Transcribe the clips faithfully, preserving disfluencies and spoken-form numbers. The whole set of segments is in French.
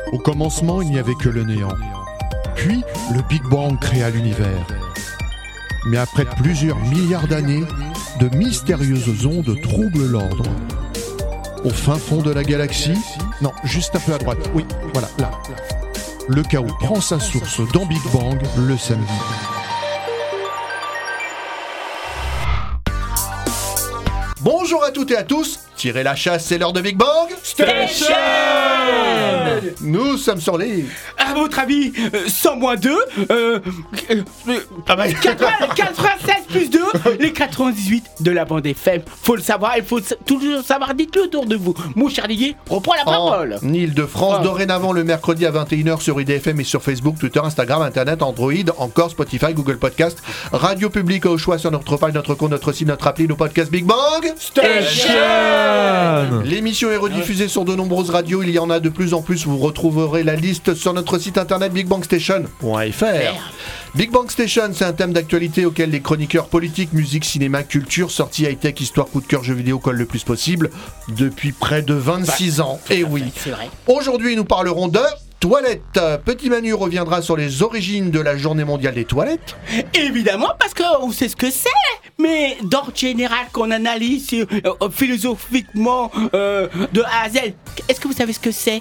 Au commencement, il n'y avait que le néant. Puis, le Big Bang créa l'univers. Mais après plusieurs milliards d'années, de mystérieuses ondes troublent l'ordre. Au fin fond de la galaxie, non, juste un peu à droite, oui, voilà, là. Le chaos prend sa source dans Big Bang le samedi. Bonjour à toutes et à tous, tirez la chasse, c'est l'heure de Big Bang Station. Nous sommes sur les... À votre avis, euh, cent moins deux, euh, euh, quatre-vingt-seize plus deux, les quatre-vingt-dix-huit de la bande F M. Faut le savoir, il faut toujours savoir, dites-le autour de vous. Mon cher Didier, reprends la parole. En Île-de-France, Oh. dorénavant le mercredi à vingt et une heures sur I D F M et sur Facebook, Twitter, Instagram, Internet, Android, encore Spotify, Google Podcast, Radio Publique au choix sur notre page, notre compte, notre site, notre appli, nos podcasts Big Bang Station. L'émission est rediffusée sur de nombreuses radios, il y en a de plus en plus, vous retrouverez la liste sur notre site internet big bang station point f r. Big Bang Station, c'est un thème d'actualité auquel les chroniqueurs politiques, musique, cinéma, culture, sorties high-tech, histoire, coup de cœur, jeux vidéo collent le plus possible depuis près de vingt-six ans. Et oui, C'est vrai. aujourd'hui nous parlerons de toilettes. Petit Manu reviendra sur les origines de la journée mondiale des toilettes. Évidemment, parce qu'on sait ce que c'est, mais d'ordre général qu'on analyse euh, euh, philosophiquement euh, de A à Z, est-ce que vous savez ce que c'est?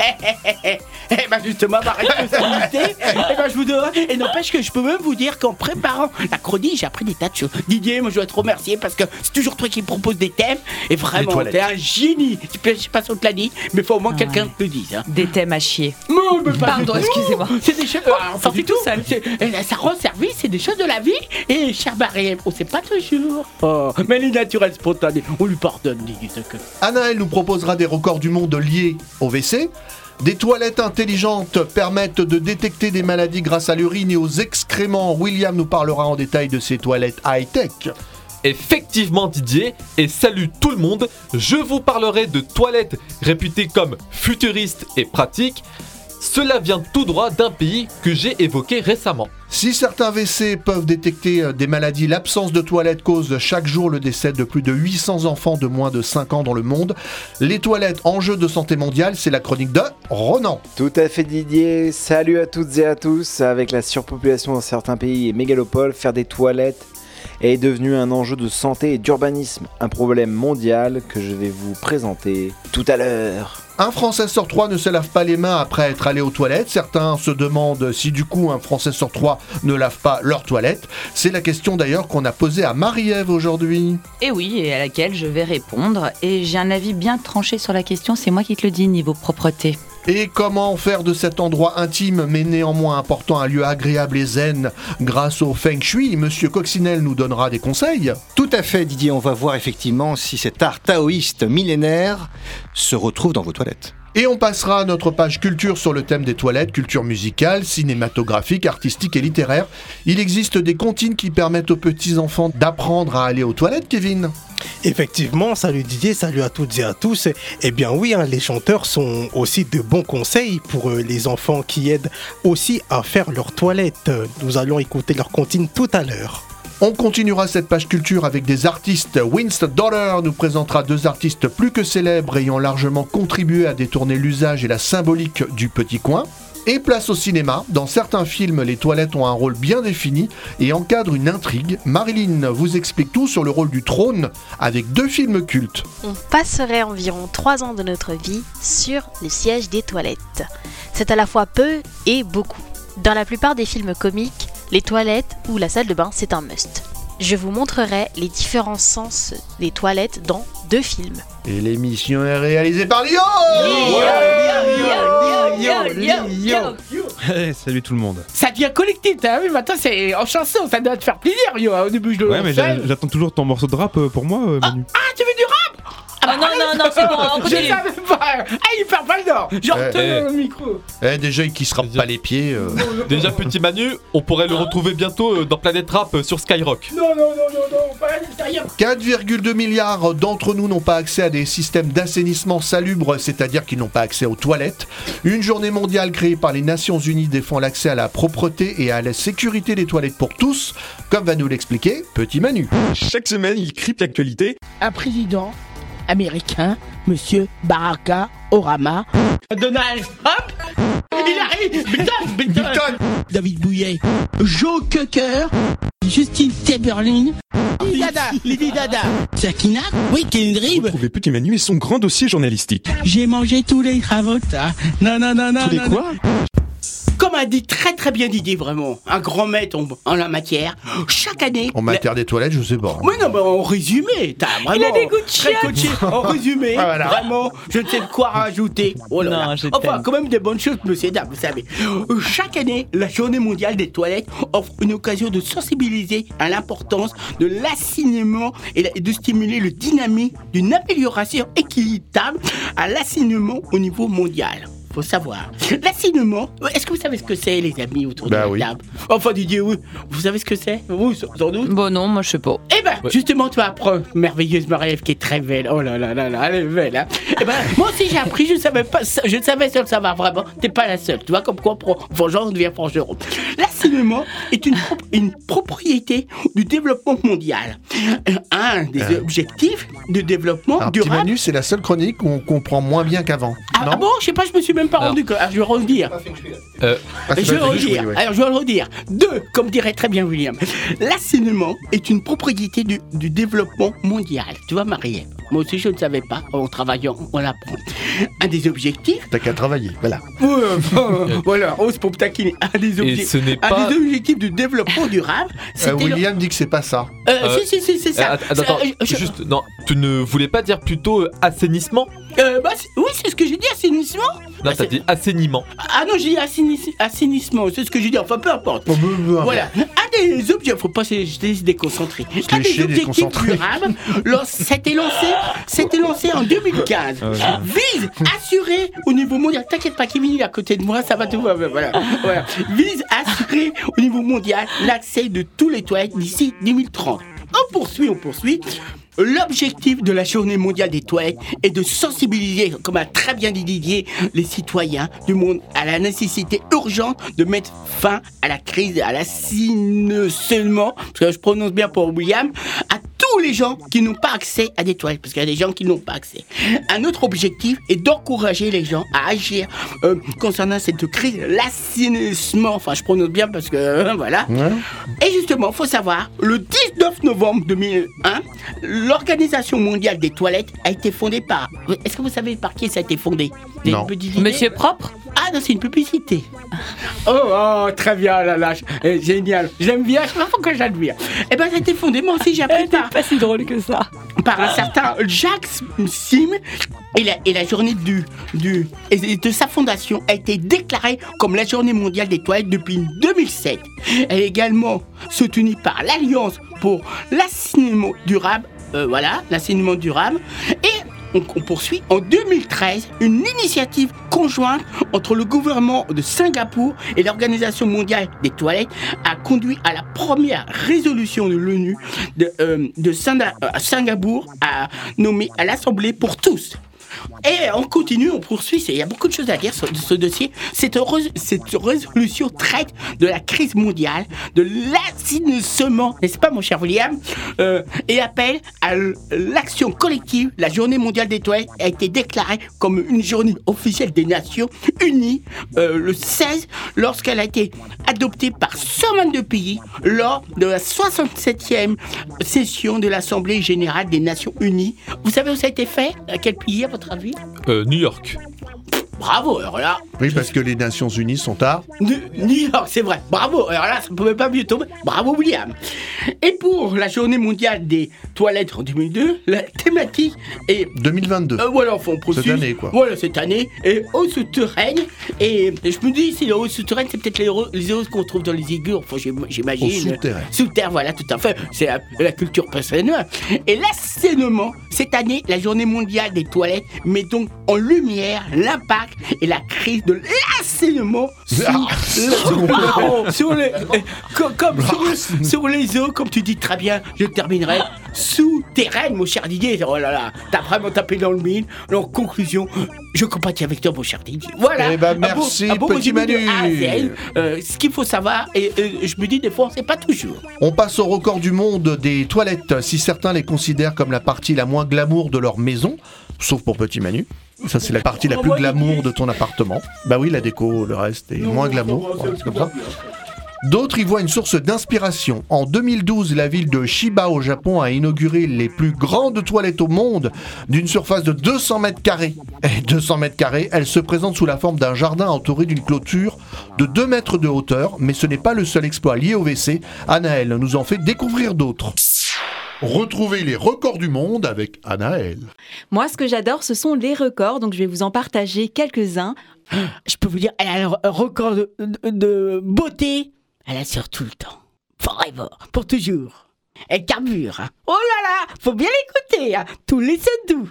Eh ben justement, ma responsabilité, eh ben je vous donne. Et n'empêche que je peux même vous dire qu'en préparant la chronique, j'ai appris des tas de choses. Didier, moi je dois te remercier parce que c'est toujours toi qui me propose des thèmes. Et vraiment, toilettes. t'es un génie. Je sais pas si on te l'a dit, mais faut au moins Ah quelqu'un ouais. te le dise. Hein. Des thèmes à chier. Non, mais pas Pardon, du tout. excusez-moi. C'est des choses. Alors, pas Sortez du tout tout. seul. C'est- euh, Ça rend service, c'est des choses de la vie. Et cher Barry, on sait pas toujours. Oh, mais les naturels spontanés, on lui pardonne, Didier. que- Anaël nous proposera des records du monde liés au W C. Des toilettes intelligentes permettent de détecter des maladies grâce à l'urine et aux excréments. William nous parlera en détail de ces toilettes high-tech. Effectivement Didier, et salut tout le monde, je vous parlerai de toilettes réputées comme futuristes et pratiques. Cela vient tout droit d'un pays que j'ai évoqué récemment. Si certains W C peuvent détecter euh, des maladies, l'absence de toilettes cause chaque jour le décès de plus de huit cents enfants de moins de cinq ans dans le monde. Les toilettes, enjeu de santé mondiale, c'est la chronique de Ronan. Tout à fait Didier, salut à toutes et à tous. Avec la surpopulation dans certains pays et mégalopoles, faire des toilettes est devenu un enjeu de santé et d'urbanisme, un problème mondial que je vais vous présenter tout à l'heure. Un Français sur trois ne se lave pas les mains après être allé aux toilettes. Certains se demandent si du coup un Français sur trois ne lave pas leurs toilettes. C'est la question d'ailleurs qu'on a posée à Marie-Ève aujourd'hui. Et oui, et à laquelle je vais répondre. Et j'ai un avis bien tranché sur la question, c'est moi qui te le dis, niveau propreté. Et comment faire de cet endroit intime mais néanmoins important un lieu agréable et zen grâce au Feng Shui? Monsieur Coccinelle nous donnera des conseils. Tout à fait Didier, on va voir effectivement si cet art taoïste millénaire se retrouve dans vos toilettes. Et on passera à notre page culture sur le thème des toilettes, culture musicale, cinématographique, artistique et littéraire. Il existe des comptines qui permettent aux petits-enfants d'apprendre à aller aux toilettes, Kevin. Effectivement, salut Didier, salut à toutes et à tous. Eh bien oui, hein, les chanteurs sont aussi de bons conseils pour euh, les enfants qui aident aussi à faire leur toilette. Nous allons écouter leur comptine tout à l'heure. On continuera cette page culture avec des artistes. Winston Dollar nous présentera deux artistes plus que célèbres ayant largement contribué à détourner l'usage et la symbolique du petit coin. Et place au cinéma. Dans certains films, les toilettes ont un rôle bien défini et encadrent une intrigue. Marilyn vous explique tout sur le rôle du trône avec deux films cultes. On passerait environ trois ans de notre vie sur le siège des toilettes. C'est à la fois peu et beaucoup. Dans la plupart des films comiques, les toilettes ou la salle de bain, c'est un must. Je vous montrerai les différents sens des toilettes dans deux films. Et l'émission est réalisée par Lio. Hey, salut tout le monde. Ça devient collectif, t'as vu? Maintenant, c'est en chanson, ça doit te faire plaisir, yo. Au début, je le Ouais, mais fais. j'a- j'attends toujours ton morceau de rap euh, pour moi, euh, Manu. Ah, tu veux du rap? Ah non, non, non, c'est bon, on Je continue. savais pas. Ah, il perd pas le nord. Genre, Eh, tenez eh. le micro. Eh, déjà, il qui se rappe pas les pieds. euh. Déjà petit Manu, on pourrait le retrouver bientôt euh, dans Planète Rap euh, sur Skyrock. Non, non, non, non, non, pas l'intérieur. quatre virgule deux milliards d'entre nous n'ont pas accès à des systèmes d'assainissement salubres, c'est-à-dire qu'ils n'ont pas accès aux toilettes. Une journée mondiale créée par les Nations Unies défend l'accès à la propreté et à la sécurité des toilettes pour tous, comme va nous l'expliquer Petit Manu. Chaque semaine, il crypte l'actualité. Un président américain, Monsieur Barack Obama, Donald Trump, Il arrive. Putain, putain. David Bouillet, Joe Cocker, Justine Timberlake, Lady Dada, Lady Dada, Sakina, oui, Kendrick. Retrouvez Petit Manu et son grand dossier journalistique. J'ai mangé tous les ravotas. Non, non, non, non. Tous les non, quoi Comme a dit très très bien Didier, vraiment, un grand maître en, en la matière, chaque année... En matière des toilettes, je sais pas. Mais non, mais en résumé, t'as vraiment... Il a des goûts de très chiottes. coaché. En résumé, Ah, voilà. vraiment, je ne sais quoi rajouter. Oh là Non, là. je Enfin, t'aime. quand même des bonnes choses, monsieur, dames, vous savez. Euh, Chaque année, la journée mondiale des toilettes offre une occasion de sensibiliser à l'importance de l'assainissement et la- et de stimuler le dynamisme d'une amélioration équitable à l'assainissement au niveau mondial. Faut savoir. L'assainissement, est-ce que vous savez ce que c'est, les amis, autour Bah de la oui. table? Enfin, Didier, oui. Vous savez ce que c'est? Vous, sans sans doute. Bon, non, moi je sais pas. Eh ben, Ouais. justement, tu vas apprendre, merveilleuse Marie-Ève qui est très belle. Oh là là là là, elle est belle, hein. Eh ben, moi aussi j'ai appris, je ne savais pas, je ne savais sans le savoir vraiment. T'es pas la seule, tu vois, comme quoi, pro- forgeron devient forgeron. L'assainissement est une, pro- une propriété du développement mondial. Un des Euh. objectifs de développement Alors, Petit durable. Manu, c'est la seule chronique où on comprend moins bien qu'avant. Ah, ah non bon, je sais pas, je me suis même pas Alors. rendu compte. Ah, je vais redire. Euh, Ah, c'est Je vais pas le fait, redire. oui, oui. Alors, je vais le redire. Deux, comme dirait très bien William. L'assainissement est une propriété du, du développement mondial. Tu vois, Marie-Ève, moi aussi, je ne savais pas. En travaillant, on l'apprend. Un des objectifs. T'as qu'à travailler, voilà. Ouais, enfin, voilà, ose pour me taquiner. Un des et objectifs. ce n'est Un pas. des objectifs du développement durable, Euh, c'était le- William dit que c'est pas ça. Euh, Euh, si, si, si, c'est ça. Euh, Attends, attends, Euh, je- juste, non, tu ne voulais pas dire plutôt euh, assainissement? euh, bah, c'est- oui, c'est ce que j'ai dit, assainissement. Non, Bah, t'as c'est- dit assainissement. Ah non, j'ai dit assainis- assainissement, c'est ce que j'ai dit, enfin peu importe. Oh, bah, bah, Voilà, un des objets, faut pas se laisser déconcentrer. Un des lécher, objectifs déconcentré. durables, lors- c'était lancé, c'était lancé en deux mille quinze, Ah ouais. vise assurer au niveau mondial. T'inquiète pas, Kevin il est à côté de moi, ça va tout. Voilà, voilà. Vise assurer au niveau mondial l'accès de tous les toilettes d'ici deux mille trente. On poursuit, on poursuit. L'objectif de la journée mondiale des toilettes est de sensibiliser, comme a très bien dit Didier, les citoyens du monde à la nécessité urgente de mettre fin à la crise, à l'assainissement, parce que je prononce bien pour William, à tous les gens qui n'ont pas accès à des toilettes, parce qu'il y a des gens qui n'ont pas accès. Un autre objectif est d'encourager les gens à agir euh, concernant cette crise, l'assainissement, enfin je prononce bien parce que euh, voilà. Ouais. Et justement, faut savoir, le dix-neuf novembre deux mille un, l'Organisation mondiale des toilettes a été fondée par... Est-ce que vous savez par qui ça a été fondé? Vous avez Non. une petite idée? Monsieur Propre? Ah non, c'est une publicité. Oh, oh, très bien, là, là, eh, génial. J'aime bien, je sais pas pourquoi j'admire. Eh ben, ça a été fondé, moi aussi j'ai appris par, Pas si drôle que ça. par un certain Jacques Sim. Et la, et la journée du, du, et de sa fondation a été déclarée comme la journée mondiale des toilettes depuis deux mille sept. Elle est également soutenue par l'Alliance pour l'assainissement durable. Euh, voilà, l'assainissement durable. Et on, on poursuit en deux mille treize une initiative conjointe entre le gouvernement de Singapour et l'Organisation mondiale des toilettes a conduit à la première résolution de l'ONU de, euh, de Singa- euh, Singapour à nommer à l'Assemblée pour tous. Et on continue, on poursuit, c'est- il y a beaucoup de choses à dire sur ce dossier. Cette, re- cette résolution traite de la crise mondiale, de l'assainissement, n'est-ce pas mon cher William, euh, et appelle à l- l'action collective. La journée mondiale des toilettes a été déclarée comme une journée officielle des Nations Unies euh, le seize, lorsqu'elle a été adoptée par cent vingt-deux pays lors de la soixante-septième session de l'Assemblée générale des Nations Unies. Vous savez où ça a été fait? À quel pays, à votre avis? Euh, New York. Bravo, alors là. Oui, parce que les Nations Unies sont à... New New York, c'est vrai. Bravo, alors là, ça ne pouvait pas mieux tomber. Bravo, William. Et pour la journée mondiale des toilettes en deux mille deux, la thématique est... deux mille vingt-deux. Euh, voilà, enfin, on poursuit. Cette année, quoi. Voilà, cette année. Et eau souterraine. Et je me dis, si l'eau souterraine, c'est peut-être les, eaux- les eaux qu'on trouve dans les égouts. Enfin, j'im- j'imagine. Eau souterraine. Sous terre, voilà, tout à fait. C'est la, la culture personnelle. Et l'assainissement, cette année, la journée mondiale des toilettes met donc en lumière l'impact et la crise de l'assainissement sur, Ah. sur, sur les, euh, comme, comme sur, sur les eaux, comme tu dis très bien, je terminerai souterraine, mon cher Didier. Oh là là, t'as vraiment tapé dans le mille. En conclusion, je compatis avec toi, mon cher Didier. Voilà. Eh ben, Un beau- merci, un beau petit résumé de Manu. A à Z. Euh, ce qu'il faut savoir, et euh, je me dis des fois, on sait pas toujours. On passe au record du monde des toilettes. Si certains les considèrent comme la partie la moins glamour de leur maison, sauf pour Petit Manu. Ça, c'est la partie la plus glamour de ton appartement. Bah oui, la déco, le reste est moins glamour. Voilà, c'est comme ça. D'autres y voient une source d'inspiration. En deux mille douze, la ville de Chiba au Japon a inauguré les plus grandes toilettes au monde d'une surface de deux cents mètres carrés. Et deux cents mètres carrés, elles se présentent sous la forme d'un jardin entouré d'une clôture de deux mètres de hauteur, mais ce n'est pas le seul exploit lié au W C. Anaël nous en fait découvrir d'autres. Retrouvez les records du monde avec Anaël. Moi, ce que j'adore, ce sont les records, donc je vais vous en partager quelques-uns. Je peux vous dire, elle a un record de, de, de beauté. Elle assure tout le temps. Forever. Pour toujours. Elle carbure. Oh là là, faut bien l'écouter. Hein. Tous les sons doux.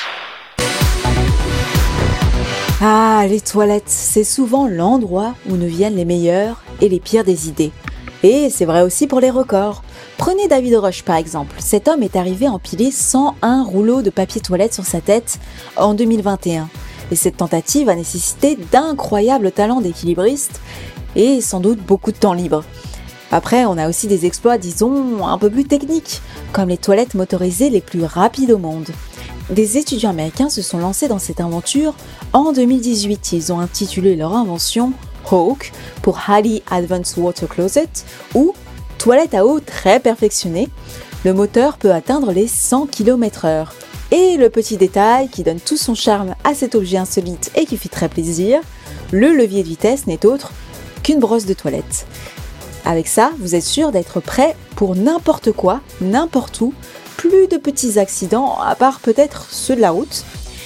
Ah, les toilettes, c'est souvent l'endroit où nous viennent les meilleures et les pires des idées. Et c'est vrai aussi pour les records. Prenez David Rush par exemple. Cet homme est arrivé à empiler cent un rouleaux de papier toilette sur sa tête en deux mille vingt et un. Et cette tentative a nécessité d'incroyables talents d'équilibriste et sans doute beaucoup de temps libre. Après, on a aussi des exploits, disons, un peu plus techniques, comme les toilettes motorisées les plus rapides au monde. Des étudiants américains se sont lancés dans cette aventure en deux mille dix-huit. Ils ont intitulé leur invention Hawk pour Highly Advanced Water Closet ou toilette à eau très perfectionnée. Le moteur peut atteindre les cent kilomètres heure. Et le petit détail qui donne tout son charme à cet objet insolite et qui fait très plaisir, le levier de vitesse n'est autre qu'une brosse de toilette. Avec ça, vous êtes sûr d'être prêt pour n'importe quoi, n'importe où, plus de petits accidents à part peut-être ceux de la route.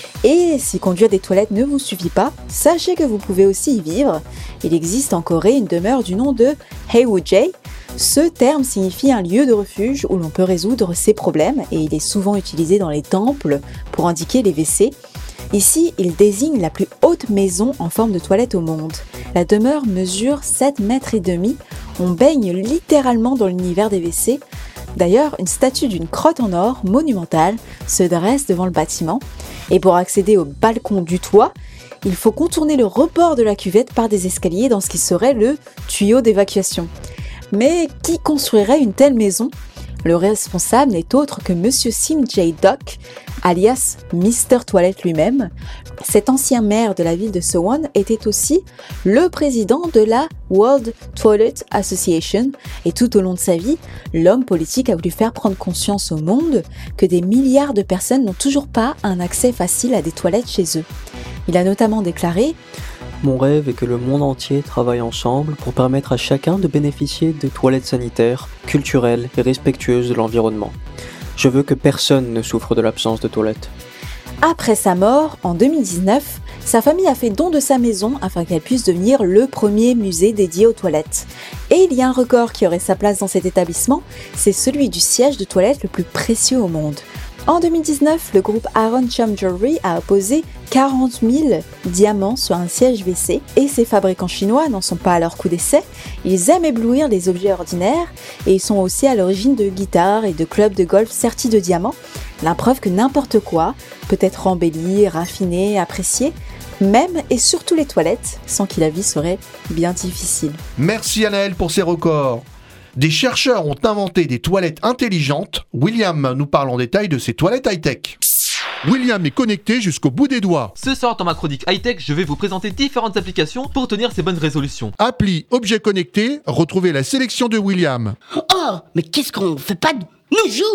Et si conduire des toilettes ne vous suffit pas, sachez que vous pouvez aussi y vivre. Il existe en Corée une demeure du nom de Haewoojae. Ce terme signifie un lieu de refuge où l'on peut résoudre ses problèmes et il est souvent utilisé dans les temples pour indiquer les W C. Ici, il désigne la plus haute maison en forme de toilette au monde. La demeure mesure sept mètres et demi. On baigne littéralement dans l'univers des W C. D'ailleurs, une statue d'une crotte en or monumentale se dresse devant le bâtiment. Et pour accéder au balcon du toit, il faut contourner le rebord de la cuvette par des escaliers dans ce qui serait le tuyau d'évacuation. Mais qui construirait une telle maison ? Le responsable n'est autre que Monsieur Sim Jae-dok, alias Mister Toilette lui-même. Cet ancien maire de la ville de Suwon était aussi le président de la World Toilet Association et tout au long de sa vie, l'homme politique a voulu faire prendre conscience au monde que des milliards de personnes n'ont toujours pas un accès facile à des toilettes chez eux. Il a notamment déclaré « Mon rêve est que le monde entier travaille ensemble pour permettre à chacun de bénéficier de toilettes sanitaires, culturelles et respectueuses de l'environnement. Je veux que personne ne souffre de l'absence de toilettes. » Après sa mort, en deux mille dix-neuf, sa famille a fait don de sa maison afin qu'elle puisse devenir le premier musée dédié aux toilettes. Et il y a un record qui aurait sa place dans cet établissement, c'est celui du siège de toilette le plus précieux au monde. En deux mille dix-neuf, le groupe Aron Chum Jewelry a apposé quarante mille diamants sur un siège W C et ces fabricants chinois n'en sont pas à leur coup d'essai. Ils aiment éblouir les objets ordinaires et ils sont aussi à l'origine de guitares et de clubs de golf sertis de diamants. La preuve que n'importe quoi peut être embelli, raffiné, apprécié, même et surtout les toilettes, sans qui la vie serait bien difficile. Merci Anaël pour ces records. Des chercheurs ont inventé des toilettes intelligentes. William nous parle en détail de ces toilettes high-tech. William est connecté jusqu'au bout des doigts. Ce soir dans ma chronique high-tech, je vais vous présenter différentes applications pour tenir ces bonnes résolutions. Appli Objet connecté, retrouvez la sélection de William. Oh, mais qu'est-ce qu'on fait pas de nos jours ?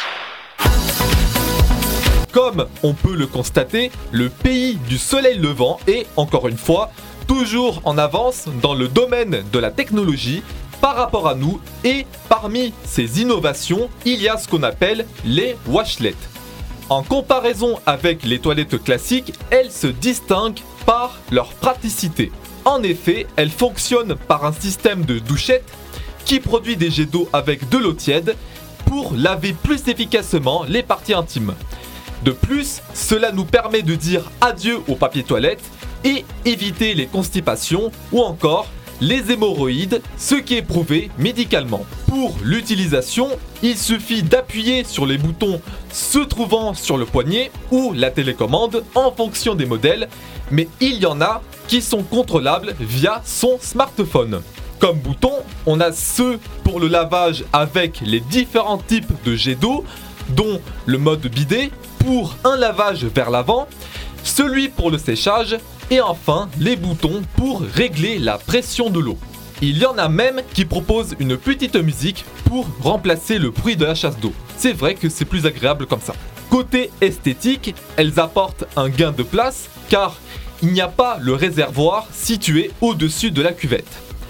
Comme on peut le constater, le pays du soleil levant est, encore une fois, toujours en avance dans le domaine de la technologie par rapport à nous, et parmi ces innovations, il y a ce qu'on appelle les washlets. En comparaison avec les toilettes classiques, elles se distinguent par leur praticité. En effet, elles fonctionnent par un système de douchette qui produit des jets d'eau avec de l'eau tiède pour laver plus efficacement les parties intimes. De plus, cela nous permet de dire adieu au papier toilette et éviter les constipations ou encore les hémorroïdes, ce qui est prouvé médicalement. Pour l'utilisation, il suffit d'appuyer sur les boutons se trouvant sur le poignet ou la télécommande en fonction des modèles, mais il y en a qui sont contrôlables via son smartphone. Comme bouton, on a ceux pour le lavage avec les différents types de jets d'eau, dont le mode bidet pour un lavage vers l'avant, celui pour le séchage et enfin les boutons pour régler la pression de l'eau. Il y en a même qui proposent une petite musique pour remplacer le bruit de la chasse d'eau. C'est vrai que c'est plus agréable comme ça. Côté esthétique, elles apportent un gain de place car il n'y a pas le réservoir situé au-dessus de la cuvette.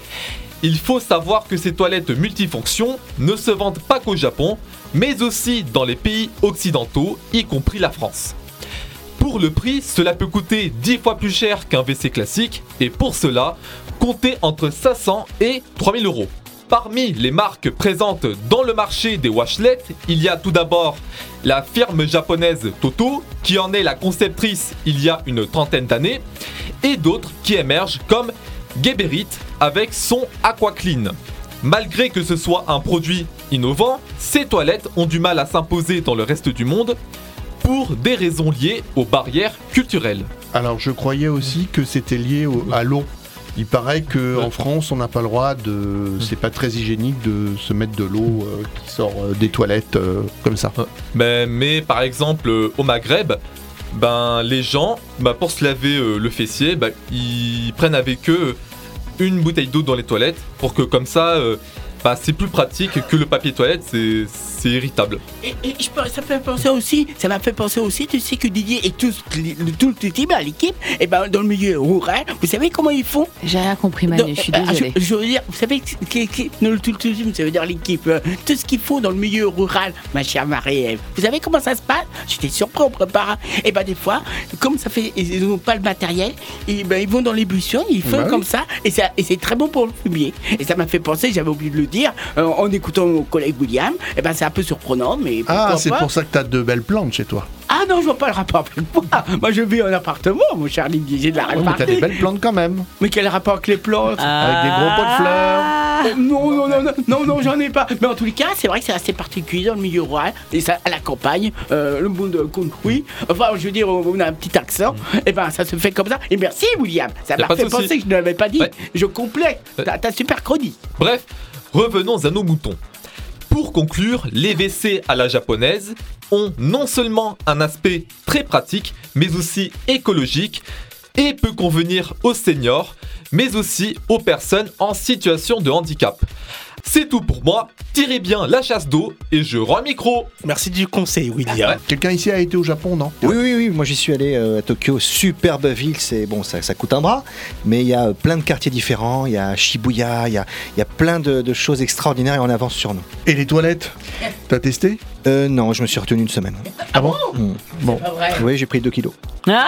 Il faut savoir que ces toilettes multifonctions ne se vendent pas qu'au Japon, mais aussi dans les pays occidentaux, y compris la France. Pour le prix, cela peut coûter dix fois plus cher qu'un W C classique, et pour cela, comptez entre cinq cents et trois mille euros. Parmi les marques présentes dans le marché des washlets, il y a tout d'abord la firme japonaise Toto, qui en est la conceptrice il y a une trentaine d'années, et d'autres qui émergent comme Geberit avec son AquaClean. Malgré que ce soit un produit innovant, ces toilettes ont du mal à s'imposer dans le reste du monde pour des raisons liées aux barrières culturelles. Alors je croyais aussi que c'était lié au- à l'eau. Il paraît qu'en France, on n'a pas le droit de. C'est pas très hygiénique de se mettre de l'eau euh, qui sort euh, des toilettes euh, comme ça. Mais, mais par exemple, euh, au Maghreb, ben, les gens, ben, pour se laver euh, le fessier, ben, ils prennent avec eux une bouteille d'eau dans les toilettes pour que comme ça, euh, ben, c'est plus pratique que le papier toilette, c'est, c'est irritable. Et, et je peux- ça me fait penser aussi, ça m'a fait penser aussi, tu sais que Didier et tout, le- tout le team, à l'équipe, et ben dans le milieu rural, vous savez comment ils font? J'ai rien compris, Manu, je suis Ah, désolée. Je, je veux dire, vous savez, que- que- que- non, le tout le team, ça veut dire l'équipe, euh, tout ce qu'il faut dans le milieu rural, ma chère Marie-Ève. Vous savez comment ça se passe? J'étais surpris en préparant. Et ben des fois, comme ça fait, ils n'ont pas le matériel, et ben ils vont dans les buissons, ils font Bah oui. comme ça, et ça, et c'est très bon pour le fumier. Et ça m'a fait penser, j'avais oublié de le dire, euh, en écoutant mon collègue William, et ben c'est un peu surprenant, mais Ah, pourquoi c'est pas. pour ça que t'as de belles plantes chez toi. Ah non, je vois pas le rapport avec moi. Moi, je vis en appartement, mon cher Didier, j'ai de la Oh, mais t'as répartie. des belles plantes quand même. Mais quel rapport avec les plantes? Avec des gros pots de fleurs. Euh, Non, non, non, non, non, non, j'en ai pas. Mais en tous les cas, c'est vrai que c'est assez particulier dans le milieu rural, et ça, à la campagne, euh, le monde country, enfin, je veux dire, on a un petit accent, et ben, ça se fait comme ça. Et merci, William, ça Y a m'a pas de fait souci. penser que je ne l'avais pas dit. Ouais. Je complète. T'as t'as super chronique. Bref, revenons à nos moutons. Pour conclure, les W C à la japonaise ont non seulement un aspect très pratique, mais aussi écologique, et peut convenir aux seniors, mais aussi aux personnes en situation de handicap. C'est tout pour moi, tirez bien la chasse d'eau et je rends le micro. Merci du conseil, William. Quelqu'un ici a été au Japon, non? Oui, oui, oui, moi j'y suis allé euh, à Tokyo, superbe ville, c'est bon, ça, ça coûte un bras, mais il y a euh, plein de quartiers différents, il y a Shibuya, il y a, il y a plein de, de choses extraordinaires et on avance sur nous. Et les toilettes? T'as testé? Euh, non, je me suis retenu une semaine. Ah bon? Mm. Bon. Pas vrai. Oui, j'ai pris deux kilos. Ah,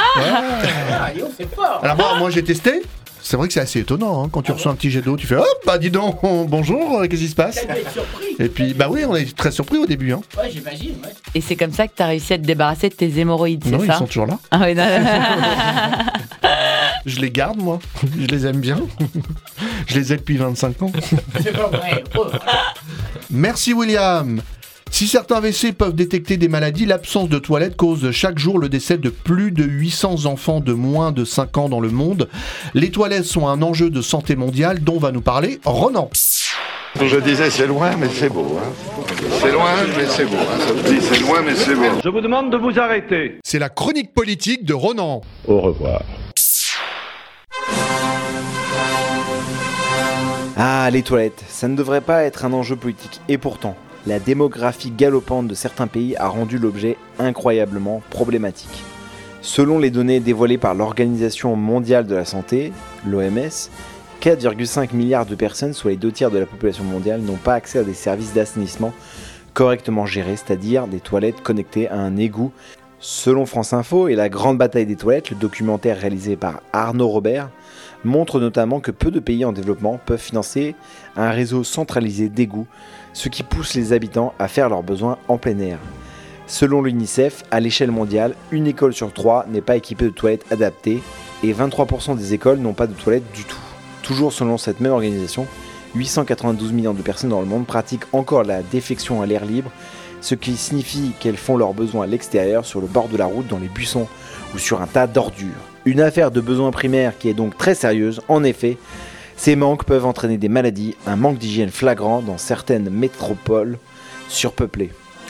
yo, c'est fort. Alors moi, moi, j'ai testé. C'est vrai que c'est assez étonnant, hein, quand tu reçois un petit jet d'eau, tu fais hop, bah dis donc, bonjour, euh, qu'est-ce qui se passe? T'as dû être surpris. Et puis, bah oui, on est très surpris au début. Hein. Ouais, j'imagine, ouais. Et c'est comme ça que t'as réussi à te débarrasser de tes hémorroïdes, c'est Non, ça? ils sont toujours là. Ah oui, non, non. Je les garde, moi. Je les aime bien. Je les ai depuis vingt-cinq ans. C'est pas vrai. Oh. Merci, William. Si certains W C peuvent détecter des maladies, l'absence de toilettes cause chaque jour le décès de plus de huit cents enfants de moins de cinq ans dans le monde. Les toilettes sont un enjeu de santé mondiale dont va nous parler Ronan. Je disais c'est loin mais c'est beau. Hein. C'est loin mais c'est beau. Hein. Ça me dit c'est loin mais c'est beau. Je vous demande de vous arrêter. C'est la chronique politique de Ronan. Au revoir. Ah, les toilettes, ça ne devrait pas être un enjeu politique. Et pourtant, la démographie galopante de certains pays a rendu l'objet incroyablement problématique. Selon les données dévoilées par l'Organisation mondiale de la santé, l'O M S, quatre virgule cinq milliards de personnes, soit les deux tiers de la population mondiale, n'ont pas accès à des services d'assainissement correctement gérés, c'est-à-dire des toilettes connectées à un égout. Selon France Info et la grande bataille des toilettes, le documentaire réalisé par Arnaud Robert, montre notamment que peu de pays en développement peuvent financer un réseau centralisé d'égouts, ce qui pousse les habitants à faire leurs besoins en plein air. Selon l'UNICEF, à l'échelle mondiale, une école sur trois n'est pas équipée de toilettes adaptées et vingt-trois pour cent des écoles n'ont pas de toilettes du tout. Toujours selon cette même organisation, huit cent quatre-vingt-douze millions de personnes dans le monde pratiquent encore la défection à l'air libre, ce qui signifie qu'elles font leurs besoins à l'extérieur, sur le bord de la route, dans les buissons ou sur un tas d'ordures. Une affaire de besoins primaires qui est donc très sérieuse. En effet, ces manques peuvent entraîner des maladies, un manque d'hygiène flagrant dans certaines métropoles surpeuplées.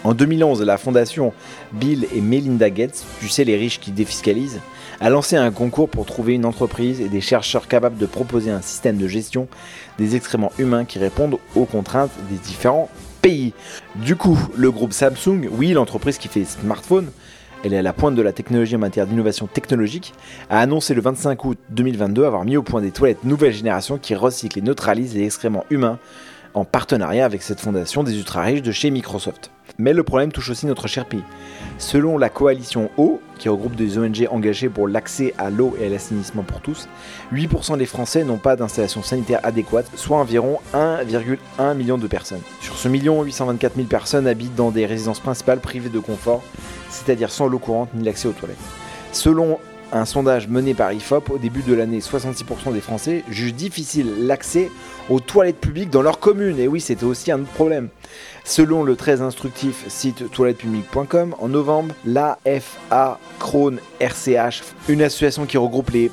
En deux mille onze, la fondation Bill et Melinda Gates, tu sais les riches qui défiscalisent, a lancé un concours pour trouver une entreprise et des chercheurs capables de proposer un système de gestion des excréments humains qui répondent aux contraintes des différents pays. Du coup, le groupe Samsung, oui l'entreprise qui fait des smartphones, elle est à la pointe de la technologie en matière d'innovation technologique, a annoncé le vingt-cinq août deux mille vingt-deux avoir mis au point des toilettes nouvelle génération qui recyclent et neutralisent les excréments humains en partenariat avec cette fondation des ultra-riches de chez Microsoft. Mais le problème touche aussi notre cher pays. Selon la coalition Eau, qui regroupe des O N G engagées pour l'accès à l'eau et à l'assainissement pour tous, huit pour cent des Français n'ont pas d'installation sanitaire adéquate, soit environ un virgule un million de personnes. Sur ce million, huit cent vingt-quatre mille personnes habitent dans des résidences principales privées de confort, c'est-à-dire sans l'eau courante ni l'accès aux toilettes. Selon un sondage mené par I F O P, au début de l'année, soixante-six pour cent des Français jugent difficile l'accès aux toilettes publiques dans leur commune. Et oui, c'était aussi un autre problème. Selon le très instructif site toilette publique point com, en novembre, l'A F A Crohn R C H, une association qui regroupe les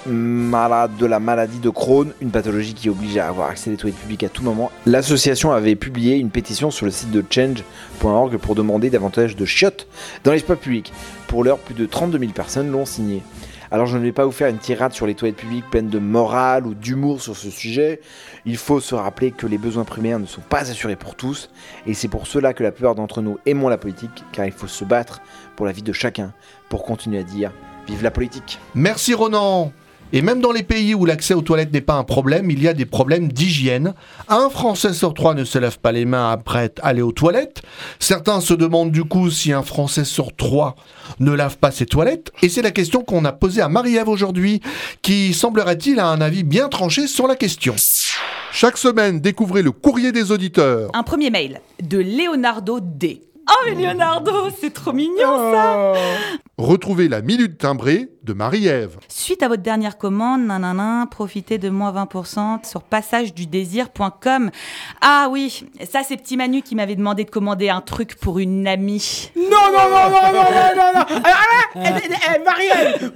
malades de la maladie de Crohn, une pathologie qui oblige à avoir accès aux toilettes publiques à tout moment, l'association avait publié une pétition sur le site de change point org pour demander davantage de chiottes dans l'espace public. Pour l'heure, plus de trente-deux mille personnes l'ont signé. Alors je ne vais pas vous faire une tirade sur les toilettes publiques pleines de morale ou d'humour sur ce sujet. Il faut se rappeler que les besoins primaires ne sont pas assurés pour tous, et c'est pour cela que la plupart d'entre nous aimons la politique, car il faut se battre pour la vie de chacun, pour continuer à dire « Vive la politique !» Merci Ronan. Et même dans les pays où l'accès aux toilettes n'est pas un problème, il y a des problèmes d'hygiène. Un Français sur trois ne se lave pas les mains après aller aux toilettes. Certains se demandent du coup si un Français sur trois ne lave pas ses toilettes. Et c'est la question qu'on a posée à Marie-Ève aujourd'hui, qui semblerait-il a un avis bien tranché sur la question. Chaque semaine, découvrez le courrier des auditeurs. Un premier mail de Leonardo D. Oh mais Leonardo, c'est trop mignon ça. Retrouvez la minute timbrée de Marie-Ève. Suite à votre dernière commande, nanana, profitez de moins vingt pour cent sur passage du désir point com. Ah oui, ça c'est Petit Manu qui m'avait demandé de commander un truc pour une amie. Non, non, non, non, non, non, non, non. Ah, ah, eh, eh, Marie-Ève.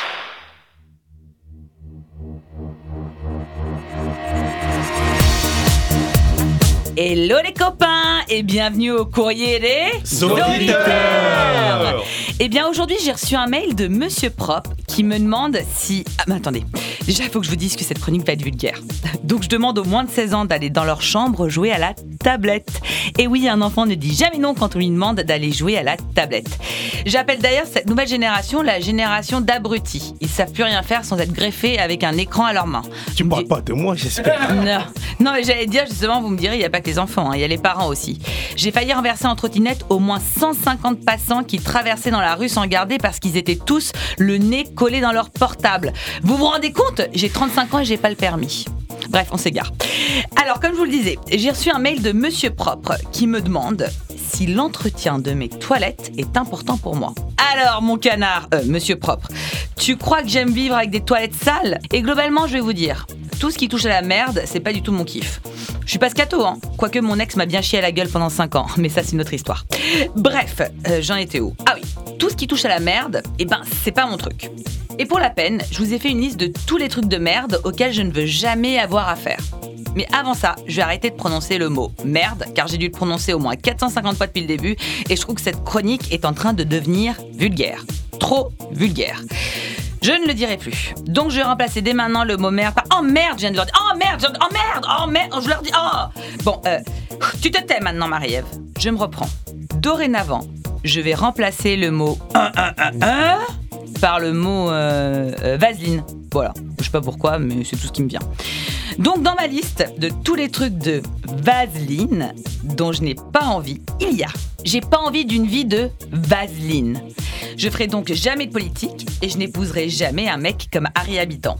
Hello les copains et bienvenue au courrier des auditeurs. Eh bien aujourd'hui j'ai reçu un mail de Monsieur Propre qui me demande si... Ah mais attendez, déjà il faut que je vous dise que cette chronique va être vulgaire. Donc je demande aux moins de seize ans d'aller dans leur chambre jouer à la tablette. Et oui, un enfant ne dit jamais non quand on lui demande d'aller jouer à la tablette. J'appelle d'ailleurs cette nouvelle génération la génération d'abrutis. Ils savent plus rien faire sans être greffés avec un écran à leurs mains. Tu me parles pas de moi, j'espère. Non, non mais j'allais dire justement, vous me direz, il n'y a pas que les enfants, il hein, y a les parents aussi. J'ai failli renverser en trottinette au moins cent cinquante passants qui traversaient dans la rue sans garder parce qu'ils étaient tous le nez collé dans leur portable. Vous vous rendez compte ? J'ai trente-cinq ans et j'ai pas le permis. Bref, on s'égare. Alors, comme je vous le disais, j'ai reçu un mail de Monsieur Propre qui me demande si l'entretien de mes toilettes est important pour moi. Alors, mon canard, euh, Monsieur Propre, tu crois que j'aime vivre avec des toilettes sales ? Et globalement, je vais vous dire, tout ce qui touche à la merde, c'est pas du tout mon kiff. Je suis pas scato, hein. Quoique mon ex m'a bien chié à la gueule pendant cinq ans, mais ça c'est une autre histoire. Bref, euh, j'en étais où ? Ah oui, tout ce qui touche à la merde, eh ben c'est pas mon truc. Et pour la peine, je vous ai fait une liste de tous les trucs de merde auxquels je ne veux jamais avoir affaire. Mais avant ça, je vais arrêter de prononcer le mot merde, car j'ai dû le prononcer au moins quatre cent cinquante fois depuis le début, et je trouve que cette chronique est en train de devenir vulgaire. Trop vulgaire. Je ne le dirai plus. Donc je vais remplacer dès maintenant le mot merde par oh merde, je viens de leur dire. Oh merde, je... oh merde, oh merde, je leur dis oh. Bon, euh, tu te tais maintenant, Marie-Ève. Je me reprends. Dorénavant, je vais remplacer le mot un, un, un, un par le mot euh, euh, vaseline. Voilà, je sais pas pourquoi, mais c'est tout ce qui me vient. Donc dans ma liste de tous les trucs de vaseline dont je n'ai pas envie, il y a j'ai pas envie d'une vie de vaseline. Je ferai donc jamais de politique et je n'épouserai jamais un mec comme Harry Habitant.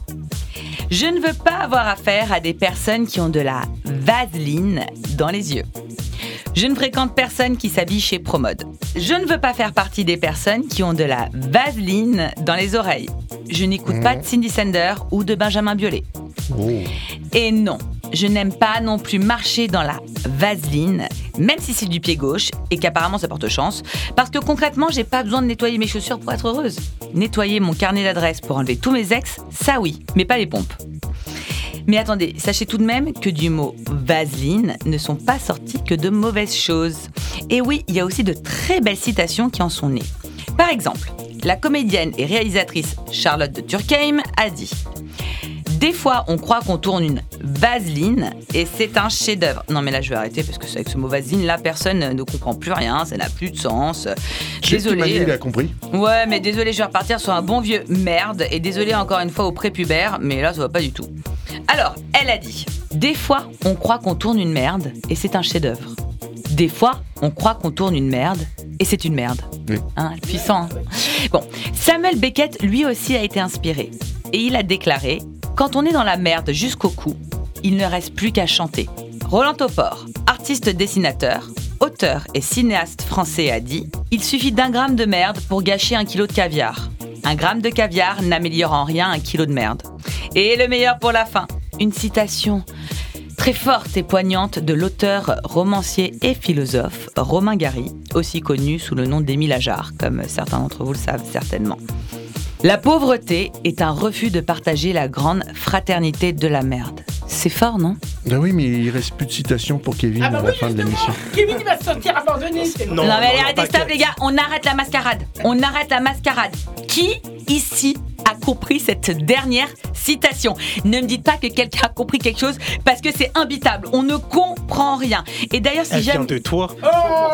Je ne veux pas avoir affaire à des personnes qui ont de la vaseline dans les yeux. Je ne fréquente personne qui s'habille chez Promode. Je ne veux pas faire partie des personnes qui ont de la vaseline dans les oreilles. Je n'écoute mmh. pas de Cindy Sander ou de Benjamin Biolay. Oh. Et non, je n'aime pas non plus marcher dans la vaseline, même si c'est du pied gauche et qu'apparemment ça porte chance, parce que concrètement, j'ai pas besoin de nettoyer mes chaussures pour être heureuse. Nettoyer mon carnet d'adresses pour enlever tous mes ex, ça oui, mais pas les pompes. Mais attendez, sachez tout de même que du mot vaseline ne sont pas sorties que de mauvaises choses. Et oui, il y a aussi de très belles citations qui en sont nées. Par exemple, la comédienne et réalisatrice Charlotte de Turckheim a dit « Des fois, on croit qu'on tourne une vaseline et c'est un chef-d'œuvre. » Non mais là, je vais arrêter parce que c'est avec ce mot vaseline, là, personne ne comprend plus rien, ça n'a plus de sens. Désolé. Il a compris. Ouais, mais désolé, je vais repartir sur un bon vieux merde et désolé encore une fois aux prépubères, mais là, ça va pas du tout. Alors, elle a dit « Des fois, on croit qu'on tourne une merde et c'est un chef-d'œuvre. Des fois, on croit qu'on tourne une merde et c'est une merde. » Oui. Hein, puissant. Hein. Bon, Samuel Beckett, lui aussi, a été inspiré. Et il a déclaré « Quand on est dans la merde jusqu'au cou, il ne reste plus qu'à chanter. » Roland Topor, artiste dessinateur, auteur et cinéaste français, a dit « Il suffit d'un gramme de merde pour gâcher un kilo de caviar. Un gramme de caviar n'améliore en rien un kilo de merde. » Et le meilleur pour la fin, une citation très forte et poignante de l'auteur, romancier et philosophe Romain Gary, aussi connu sous le nom d'Émile Ajar, comme certains d'entre vous le savent certainement. La pauvreté est un refus de partager la grande fraternité de la merde. C'est fort, non ? Ben oui, mais il reste plus de citations pour Kevin Ah bah à la oui, fin de l'émission. Kevin, il va se sentir abandonné. c'est Non, bon. mais allez, arrêtez, stop les gars, on arrête la mascarade. On arrête la mascarade. Qui, ici, a compris cette dernière citation ? Ne me dites pas que quelqu'un a compris quelque chose parce que c'est imbitable. On ne comprend rien. Et d'ailleurs, si Elle vient jamais... de toi. Oh,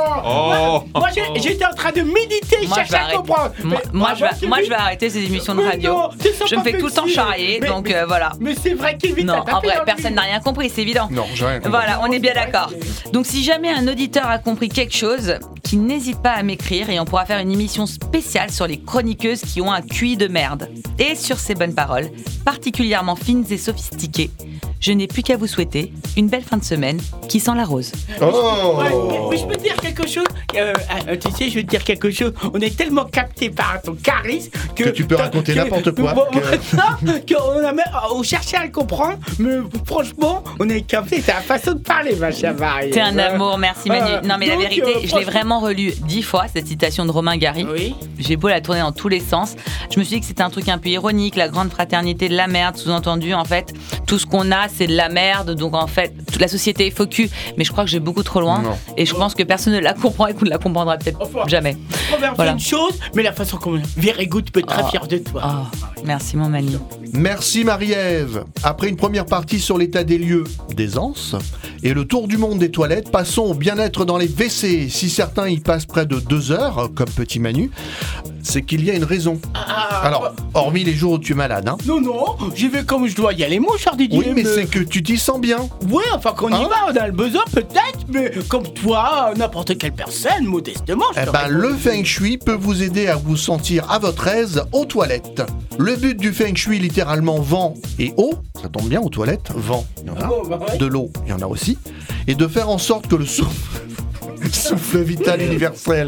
Moi, moi, j'ai- j'étais en train de méditer, Moi, je chercher vais à arrêter. comprendre. Moi, Mais moi, je bravo, vais, moi, Kevin. je vais arrêter ces émissions de Mais radio. non, tu sens Je me pas fais tout le temps flexible. charrier, Mais- donc mais- euh, voilà. Mais c'est vrai, Kevin, Non, t'as tapé en vrai, dans le personne mille. n'a rien compris, c'est évident. Non, j'ai rien compris. Voilà, on est bien d'accord. Donc si jamais un auditeur a compris quelque chose, qu'il n'hésite pas à m'écrire et on pourra faire une émission spéciale sur les chroniqueuses qui ont un Q I de merde. Et sur ces bonnes paroles, particulièrement fines et sophistiquées, je n'ai plus qu'à vous souhaiter une belle fin de semaine qui sent la rose. Oh Ouais, mais, mais je peux te dire quelque chose euh, euh, Tu sais, je vais te dire quelque chose. On est tellement capté par ton charisme que, Que tu peux raconter que- n'importe quoi, Bon, que- non, qu'on a même- on cherchait à le comprendre, mais franchement, on est capté. C'est la façon de parler, ma chère Marie. T'es un amour, merci Manu. Euh, Non mais la donc, vérité, euh, je l'ai franchement- vraiment relu dix fois, cette citation de Romain Gary. Oui. J'ai beau la tourner dans tous les sens. Je me suis dit que c'était un truc un peu ironique, la grande fraternité de la merde, sous-entendu en fait, tout ce qu'on a c'est de la merde, donc en fait, toute la société est faux cul. Mais je crois que j'ai beaucoup trop loin Non. et je pense que personne ne la comprend et qu'on ne la comprendra peut-être Enfin, jamais. On va Voilà. une chose, mais la façon qu'on Very good, tu peux être très Oh. fier de toi. Oh, merci mon Manu. Merci Marie-Ève. Après une première partie sur l'état des lieux d'aisance et le tour du monde des toilettes, passons au bien-être dans les W C. Si certains y passent près de deux heures, comme petit Manu, c'est qu'il y a une raison. Ah, Alors, hormis les jours où tu es malade, hein. Non, non, j'y vais comme je dois y aller, mon cher Didier. Oui, mais c'est que tu t'y sens bien. Ouais, enfin qu'on y Hein va, on a le besoin peut-être, mais comme toi, n'importe quelle personne, modestement, je Eh te ben, réponds. le Feng Shui peut vous aider à vous sentir à votre aise aux toilettes. Le but du Feng Shui, littéralement vent et eau, ça tombe bien aux toilettes, vent, il y en a, Oh, bah ouais. de l'eau, il y en a aussi, et de faire en sorte que le souffle, souffle vital universel,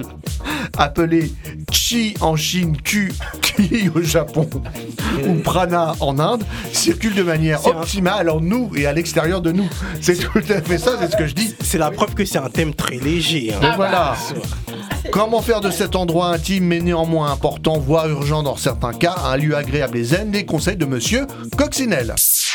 appelé Chi en Chine, Q, Ki au Japon, ou Prana en Inde, circule de manière C'est un- optimale en nous et à l'extérieur de nous. C'est tout à fait ça, c'est ce que je dis. C'est la preuve que c'est un thème très léger. hein. Et voilà. Comment faire de cet endroit intime mais néanmoins important, voire urgent dans certains cas, un lieu agréable et zen, les conseils de Monsieur Coccinelle.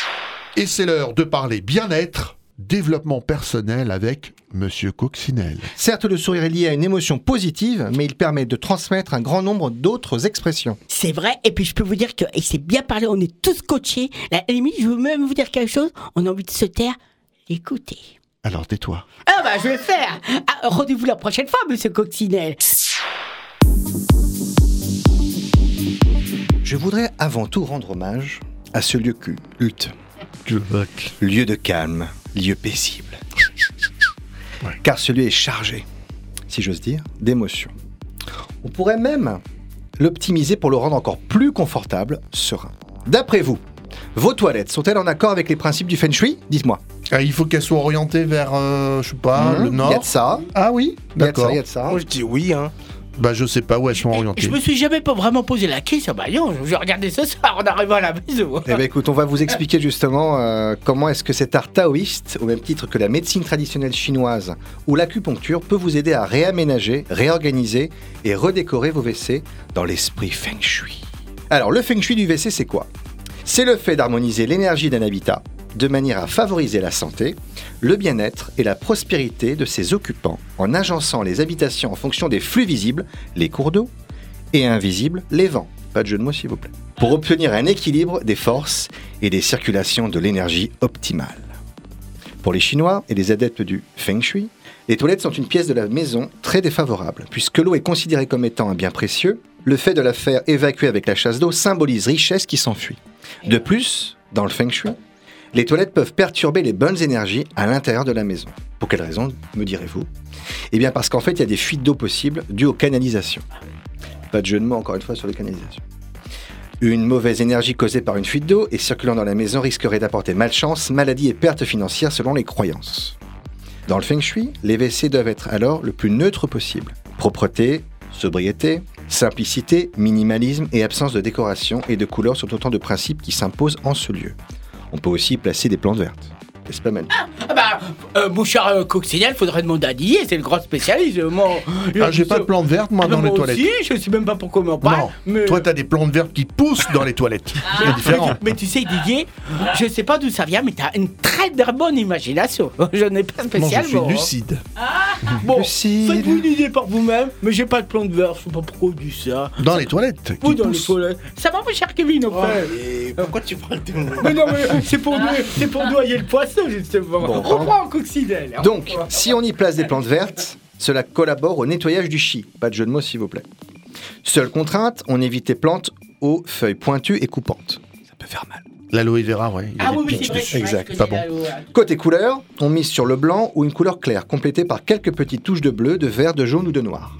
Et c'est l'heure de parler bien-être, développement personnel avec Monsieur Coccinelle. Certes, le sourire est lié à une émotion positive, mais il permet de transmettre un grand nombre d'autres expressions. C'est vrai, et puis je peux vous dire que, et c'est bien parlé, on est tous coachés. À la limite, je veux même vous dire quelque chose, on a envie de se taire, écoutez. Alors tais-toi. Ah bah je vais le faire. Ah, rendez-vous la prochaine fois, Monsieur Coccinelle. Je voudrais avant tout rendre hommage à ce lieu culte. Lieu de calme, lieu paisible. Ouais. Car ce lieu est chargé, si j'ose dire, d'émotions. On pourrait même l'optimiser pour le rendre encore plus confortable, serein. D'après vous, vos toilettes sont-elles en accord avec les principes du Feng Shui ? Dites-moi. Ah, il faut qu'elle soit orientée vers, euh, je sais pas, Mmh, le nord. Il y a de ça. Ah oui, Il y a de d'accord. ça, il y a de ça. Moi, je dis oui. Hein. Bah je sais pas où elles sont orientées. Je me suis jamais pas vraiment posé la question, bah non, je vais regarder ce soir en arrivant à la maison. Eh ben écoute, on va vous expliquer justement euh, comment est-ce que cet art taoïste, au même titre que la médecine traditionnelle chinoise ou l'acupuncture, peut vous aider à réaménager, réorganiser et redécorer vos W C dans l'esprit Feng Shui. Alors le Feng Shui du W C, c'est quoi ? C'est le fait d'harmoniser l'énergie d'un habitat de manière à favoriser la santé, le bien-être et la prospérité de ses occupants en agençant les habitations en fonction des flux visibles, les cours d'eau, et invisibles, les vents. Pas de jeu de mots s'il vous plaît. Pour obtenir un équilibre des forces et des circulations de l'énergie optimale. Pour les Chinois et les adeptes du Feng Shui, les toilettes sont une pièce de la maison très défavorable. Puisque l'eau est considérée comme étant un bien précieux, le fait de la faire évacuer avec la chasse d'eau symbolise richesse qui s'enfuit. De plus, dans le Feng Shui, les toilettes peuvent perturber les bonnes énergies à l'intérieur de la maison. Pour quelle raison, me direz-vous ? Eh bien parce qu'en fait, il y a des fuites d'eau possibles dues aux canalisations. Pas de jeu de mots encore une fois sur les canalisations. Une mauvaise énergie causée par une fuite d'eau et circulant dans la maison risquerait d'apporter malchance, maladie et pertes financières selon les croyances. Dans le Feng Shui, les W C doivent être alors le plus neutre possible. Propreté, sobriété, simplicité, minimalisme et absence de décoration et de couleurs sont autant de principes qui s'imposent en ce lieu. On peut aussi placer des plantes vertes. C'est pas mal. Ah bah, euh, mon cher euh, Coccinelle, faudrait demander à Didier, c'est le grand spécialiste. Moi, Ah, j'ai pas de plantes vertes, moi, Ah, dans moi les toilettes. aussi, je sais même pas pourquoi on m'en parle. Non, mais... toi t'as des plantes vertes qui poussent dans les toilettes. C'est différent. Mais, mais tu sais, Didier, je sais pas d'où ça vient, mais t'as une très bonne imagination. Je n'ai pas Moi, spécialement. je suis lucide. Bon, Lucide. faites-vous une idée par vous-même, mais j'ai pas de plantes vertes, je sais pas pourquoi on dit ça. Dans les toilettes. Ou qui dans les poussent. toilettes. Ça va, mon cher Kevin, au fait. Et pourquoi tu parles de moi? Mais non, mais c'est pour, noyer- c'est pour noyer le poisson, justement. Bon, Reprends en Coccinelle. hein. Donc, si on y place des plantes vertes, cela collabore au nettoyage du chi. Pas de jeu de mots s'il vous plaît. Seule contrainte, on évite les plantes aux feuilles pointues et coupantes. Ça peut faire mal. L'aloe vera, ouais. il y a Ah des oui, oui, pics c'est vrai. dessus. c'est vrai, Exact, je pas connais bon. la loi. Côté couleur, on mise sur le blanc ou une couleur claire, complétée par quelques petites touches de bleu, de vert, de jaune ou de noir.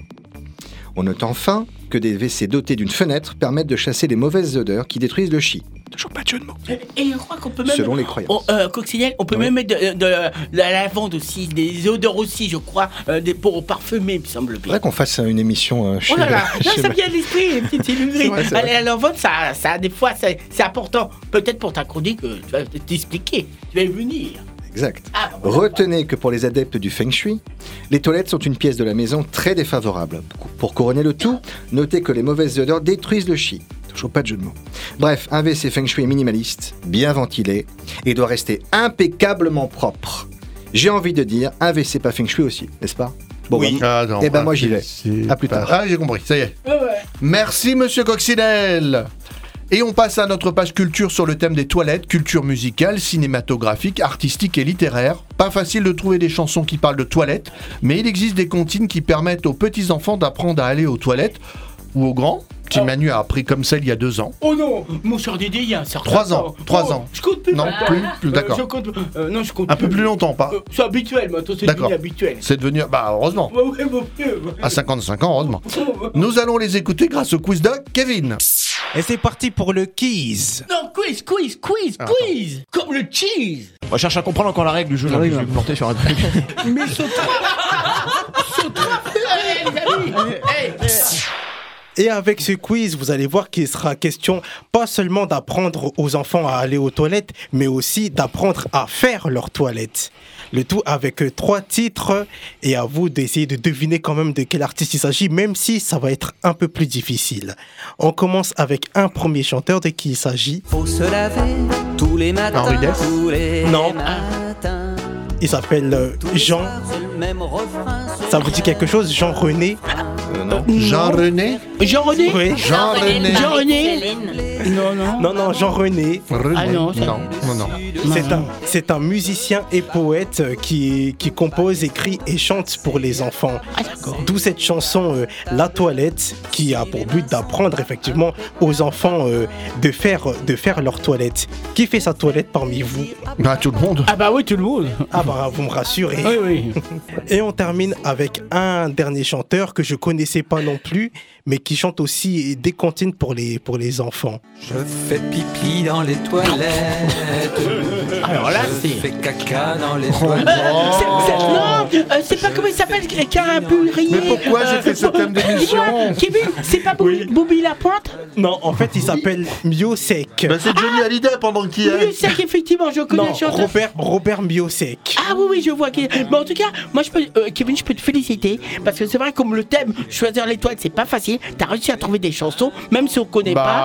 On note enfin que des W C dotés d'une fenêtre permettent de chasser les mauvaises odeurs qui détruisent le chi. Toujours pas de jeu de mots. Et et je crois qu'on peut même. Selon les croyances. Oh, euh, Coccinelle, on peut Oui. même mettre de, de- de la lavande aussi, des odeurs aussi, je crois, euh, des pour parfumer, il me semble C'est bien. vrai qu'on fasse euh, une émission euh, chez Oh là là, chez- non, ça vient de l'esprit, une petite illusion. C'est vrai, c'est vrai. La lavande, ça, ça, des fois, c'est c'est important. Peut-être pour ta chronique, euh, tu vas t'expliquer. Tu vas y venir. Exact. Ah, bon, voilà. Retenez que pour les adeptes du Feng Shui, les toilettes sont une pièce de la maison très défavorable. Pour couronner le tout, notez que les mauvaises odeurs détruisent le chi. Toujours pas de jeu de mots. Bref, un W C Feng Shui est minimaliste, bien ventilé et doit rester impeccablement propre. J'ai envie de dire un W C pas Feng Shui aussi, n'est-ce pas? Bon, Oui. bah, Ah, non, eh ben, ah, moi, j'y c'est- vais. c'est À plus pas- tard. Ah, j'ai compris, ça y est. Ouais, ouais. Merci, monsieur Coccinelle. Et on passe à notre page culture sur le thème des toilettes, culture musicale, cinématographique, artistique et littéraire. Pas facile de trouver des chansons qui parlent de toilettes, mais il existe des comptines qui permettent aux petits-enfants d'apprendre à aller aux toilettes, ou aux grands. Petit Oh. Manu a appris comme ça il y a deux ans. Oh non, mon cher Didier, il y a un certain Trois ans, temps. trois Oh, ans. Je compte plus. Non, maintenant. plus, plus, Euh, d'accord. je compte, euh, non, je compte Un peu plus longtemps, pas. Euh, c'est habituel, maintenant, c'est D'accord. devenu habituel. C'est devenu... Bah, heureusement. Ouais, ouais, mon vieux. À cinquante-cinq ans, heureusement. Nous allons les écouter grâce au quiz de Kevin. Et c'est parti pour le quiz. Non, quiz, quiz, quiz, Ah, quiz. Comme le cheese. On cherche à comprendre encore la règle du jeu. là, oui, je vais oui. me planter sur un truc. Mais saute. Saute. Allez, les amis. Hey, hey. Et avec ce quiz, vous allez voir qu'il sera question pas seulement d'apprendre aux enfants à aller aux toilettes, mais aussi d'apprendre à faire leurs toilettes. Le tout avec euh, trois titres et à vous d'essayer de deviner quand même de quel artiste il s'agit, même si ça va être un peu plus difficile. On commence avec un premier chanteur de qui il s'agit. Faut se laver tous les matins, Henri Dess. tous les Non. matins. Il s'appelle euh, Jean. C'est le même refrain. Ça vous dit quelque chose, Jean-René? Euh, non. Jean-René Jean-René. Oui. Jean-René. Jean-René. Non, non. Non, non, Jean-René. René. Ah non, ça- non, non, non. C'est un, c'est un musicien et poète euh, qui, qui compose, écrit et chante pour les enfants. Ah, d'accord. D'où cette chanson euh, La Toilette, qui a pour but d'apprendre effectivement aux enfants euh, de, faire, de faire leur toilette. Qui fait sa toilette parmi vous? Bah, tout le monde. Ah bah oui, tout le monde. Ah bah vous me rassurez. Oui, oui. Et on termine avec un dernier chanteur que je connaissais pas non plus, mais qui chante aussi des comptines pour les, pour les enfants. Je fais pipi dans les toilettes. Alors là, Je c'est. fais caca dans les Euh, toilettes. c'est- c'est- non, euh, c'est pas comment il s'appelle, Caraburier. Mais pourquoi j'ai fait ce thème d'émission? Dis-moi, Kevin, c'est pas Boubi, Boubi la pointe? Non, en fait, il s'appelle Miosek. Bah, c'est Johnny Hallyday pendant qu'il y a... Oui, c'est qu'effectivement, je connais Non, le chanteur. Robert, Robert Miosek. Ah oui, oui, je vois. Qui... Mais en tout cas, moi, je peux, euh, Kevin, je peux te féliciter. Parce que c'est vrai, comme le thème, choisir les toilettes, c'est pas facile. T'as réussi à trouver des chansons, même si on connaît Bah, pas. euh, Mais en tout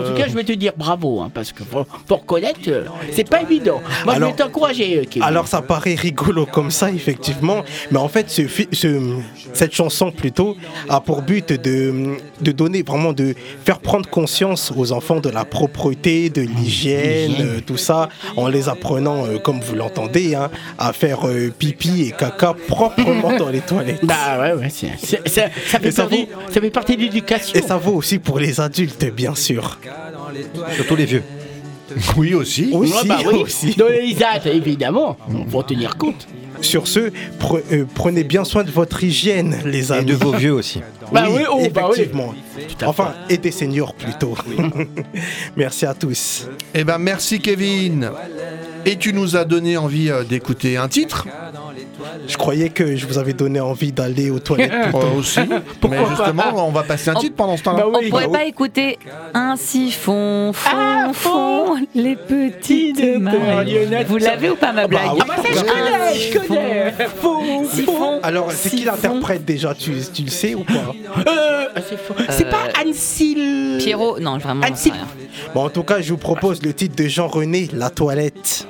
tout cas, je vais te dire bravo, hein, parce que pour, pour connaître, euh, c'est pas évident. Moi, Alors- je vais t'encourager, euh, Kevin. Alors ça paraît rigolo comme ça, effectivement, mais en fait, ce, fi- ce- cette chanson plutôt a pour but de, de donner vraiment, de faire prendre conscience aux enfants de la propreté, de l'hygiène, euh, tout ça, en les apprenant, euh, comme vous l'entendez, hein, à faire euh, pipi et caca proprement dans les toilettes. Bah ouais, ouais, c'est, c'est- ça, ça, fait Et ça partie, ça fait partie de l'éducation. Et ça vaut aussi pour les adultes, bien sûr. Surtout les vieux. Oui, aussi. Aussi, Ouais, bah oui. aussi. Dans les dates, évidemment, on faut tenir compte. Sur ce, pre- euh, prenez bien soin de votre hygiène, les amis. Et de vos vieux aussi. Bah oui, oh, bah oui. effectivement. Enfin, et des seniors plutôt. Merci à tous. Eh ben merci Kevin. Et tu nous as donné envie euh, d'écouter un titre. Je croyais que je vous avais donné envie d'aller aux toilettes. Euh, aussi. Mais justement, on va passer un titre pendant ce temps-là. Bah oui. On pourrait pas écouter ainsi font, font, Ah, font les petites marionnettes. Vous l'avez ou pas ma blague Ah bah ça, je connais, je connais. Faux, Si faux. font. Alors, c'est qui Si l'interprète déjà, tu, tu le sais ou pas? Euh, c'est faux. C'est pas Anne-Cyle... Pierrot, non, vraiment, j'en sais Anne-Cyle- rien. Bon, en tout cas, je vous propose le titre de Jean-René, La Toilette.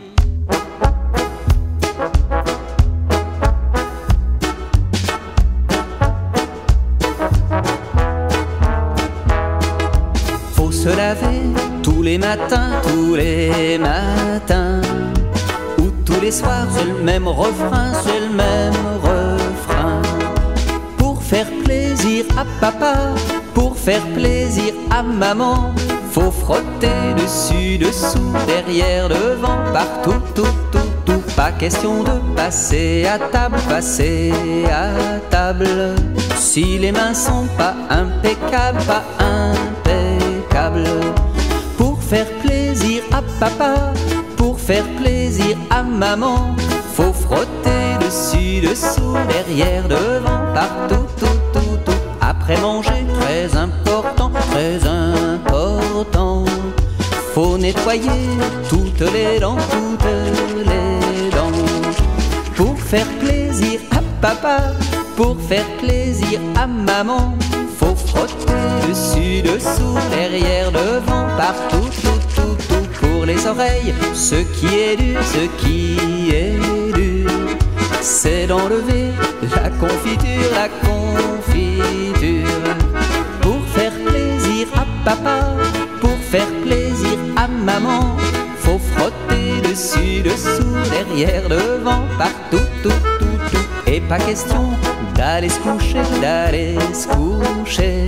Faut se laver tous les matins, tous les matins. Ou tous les soirs, c'est le même refrain, c'est le même refrain. Pour faire plaisir à papa, pour faire plaisir à maman, faut frotter dessus, dessous, derrière, devant, partout, tout, tout, tout. Pas question de passer à table, passer à table. Si les mains sont pas impeccables, pas impeccables. Pour faire plaisir à papa, pour faire plaisir à maman, faut frotter dessus, dessous, derrière, devant, partout, tout, tout, tout. Après manger, très important, très important. Faut nettoyer toutes les dents, toutes les dents. Pour faire plaisir à papa, pour faire plaisir à maman, faut frotter dessus, dessous, derrière, devant, partout, tout, tout, tout. Pour les oreilles, ce qui est dur, ce qui est dur, c'est d'enlever la confiture, la confiture. Pour faire plaisir à papa, pour faire plaisir à maman, faut frotter dessus, dessous, derrière, devant, partout, tout, tout, tout. Et pas question d'aller se coucher, d'aller se coucher,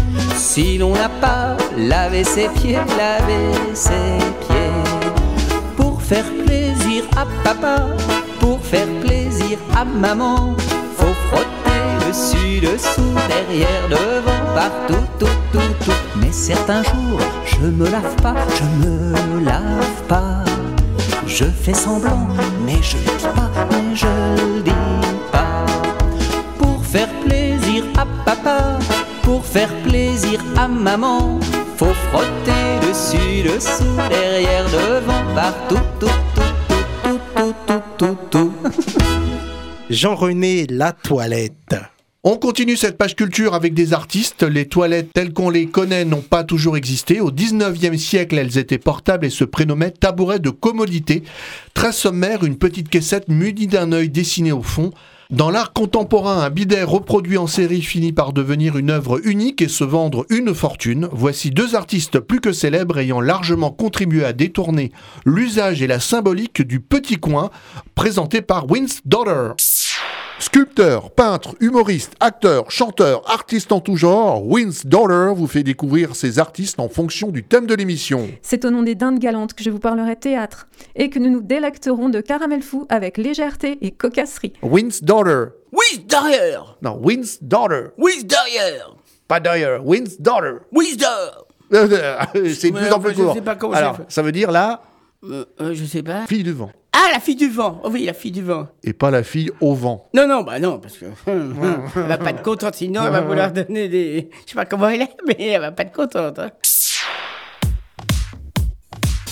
si l'on n'a pas lavé ses pieds, lavé ses pieds. Pour faire plaisir à papa, pour faire plaisir à maman, faut frotter dessus, dessous, derrière, devant, partout, tout, tout, tout. Mais certains jours, je me lave pas, je me lave pas. Je fais semblant, mais je le dis pas, mais je le dis pas. Pour faire plaisir à papa, pour faire plaisir à maman, faut frotter dessus, dessous, derrière, devant, partout, tout, tout, tout, tout, tout, tout, tout. Jean-René, La Toilette. On continue cette page culture avec des artistes. Les toilettes telles qu'on les connaît n'ont pas toujours existé. Au dix-neuvième siècle, elles étaient portables et se prénommaient tabourets de commodité. Très sommaire, une petite caissette munie d'un œil dessiné au fond. Dans l'art contemporain, un bidet reproduit en série finit par devenir une œuvre unique et se vendre une fortune. Voici deux artistes plus que célèbres ayant largement contribué à détourner l'usage et la symbolique du petit coin, présenté par Wynne's Daughter. Sculpteur, peintre, humoriste, acteur, chanteur, artiste en tout genre, Wynne's Daughter vous fait découvrir ces artistes en fonction du thème de l'émission. C'est au nom des dindes galantes que je vous parlerai théâtre et que nous nous délecterons de caramel fou avec légèreté et cocasserie. Wynne's Daughter. Wynne's Daughter. Non, Wynne's Daughter. Wynne's Daughter. Pas Daughter, Wynne's Daughter. Wynne's Daughter. C'est de plus en plus je court. sais pas comment Alors, j'ai fait. ça veut dire la Euh, euh, je sais pas. fille du vent. Ah, la fille du vent. Oh oui, la fille du vent. Et pas la fille au vent. Non, non, bah non, parce que elle va pas être contente, sinon elle va vouloir donner des... Je sais pas comment elle est, mais elle va pas être contente. Hein.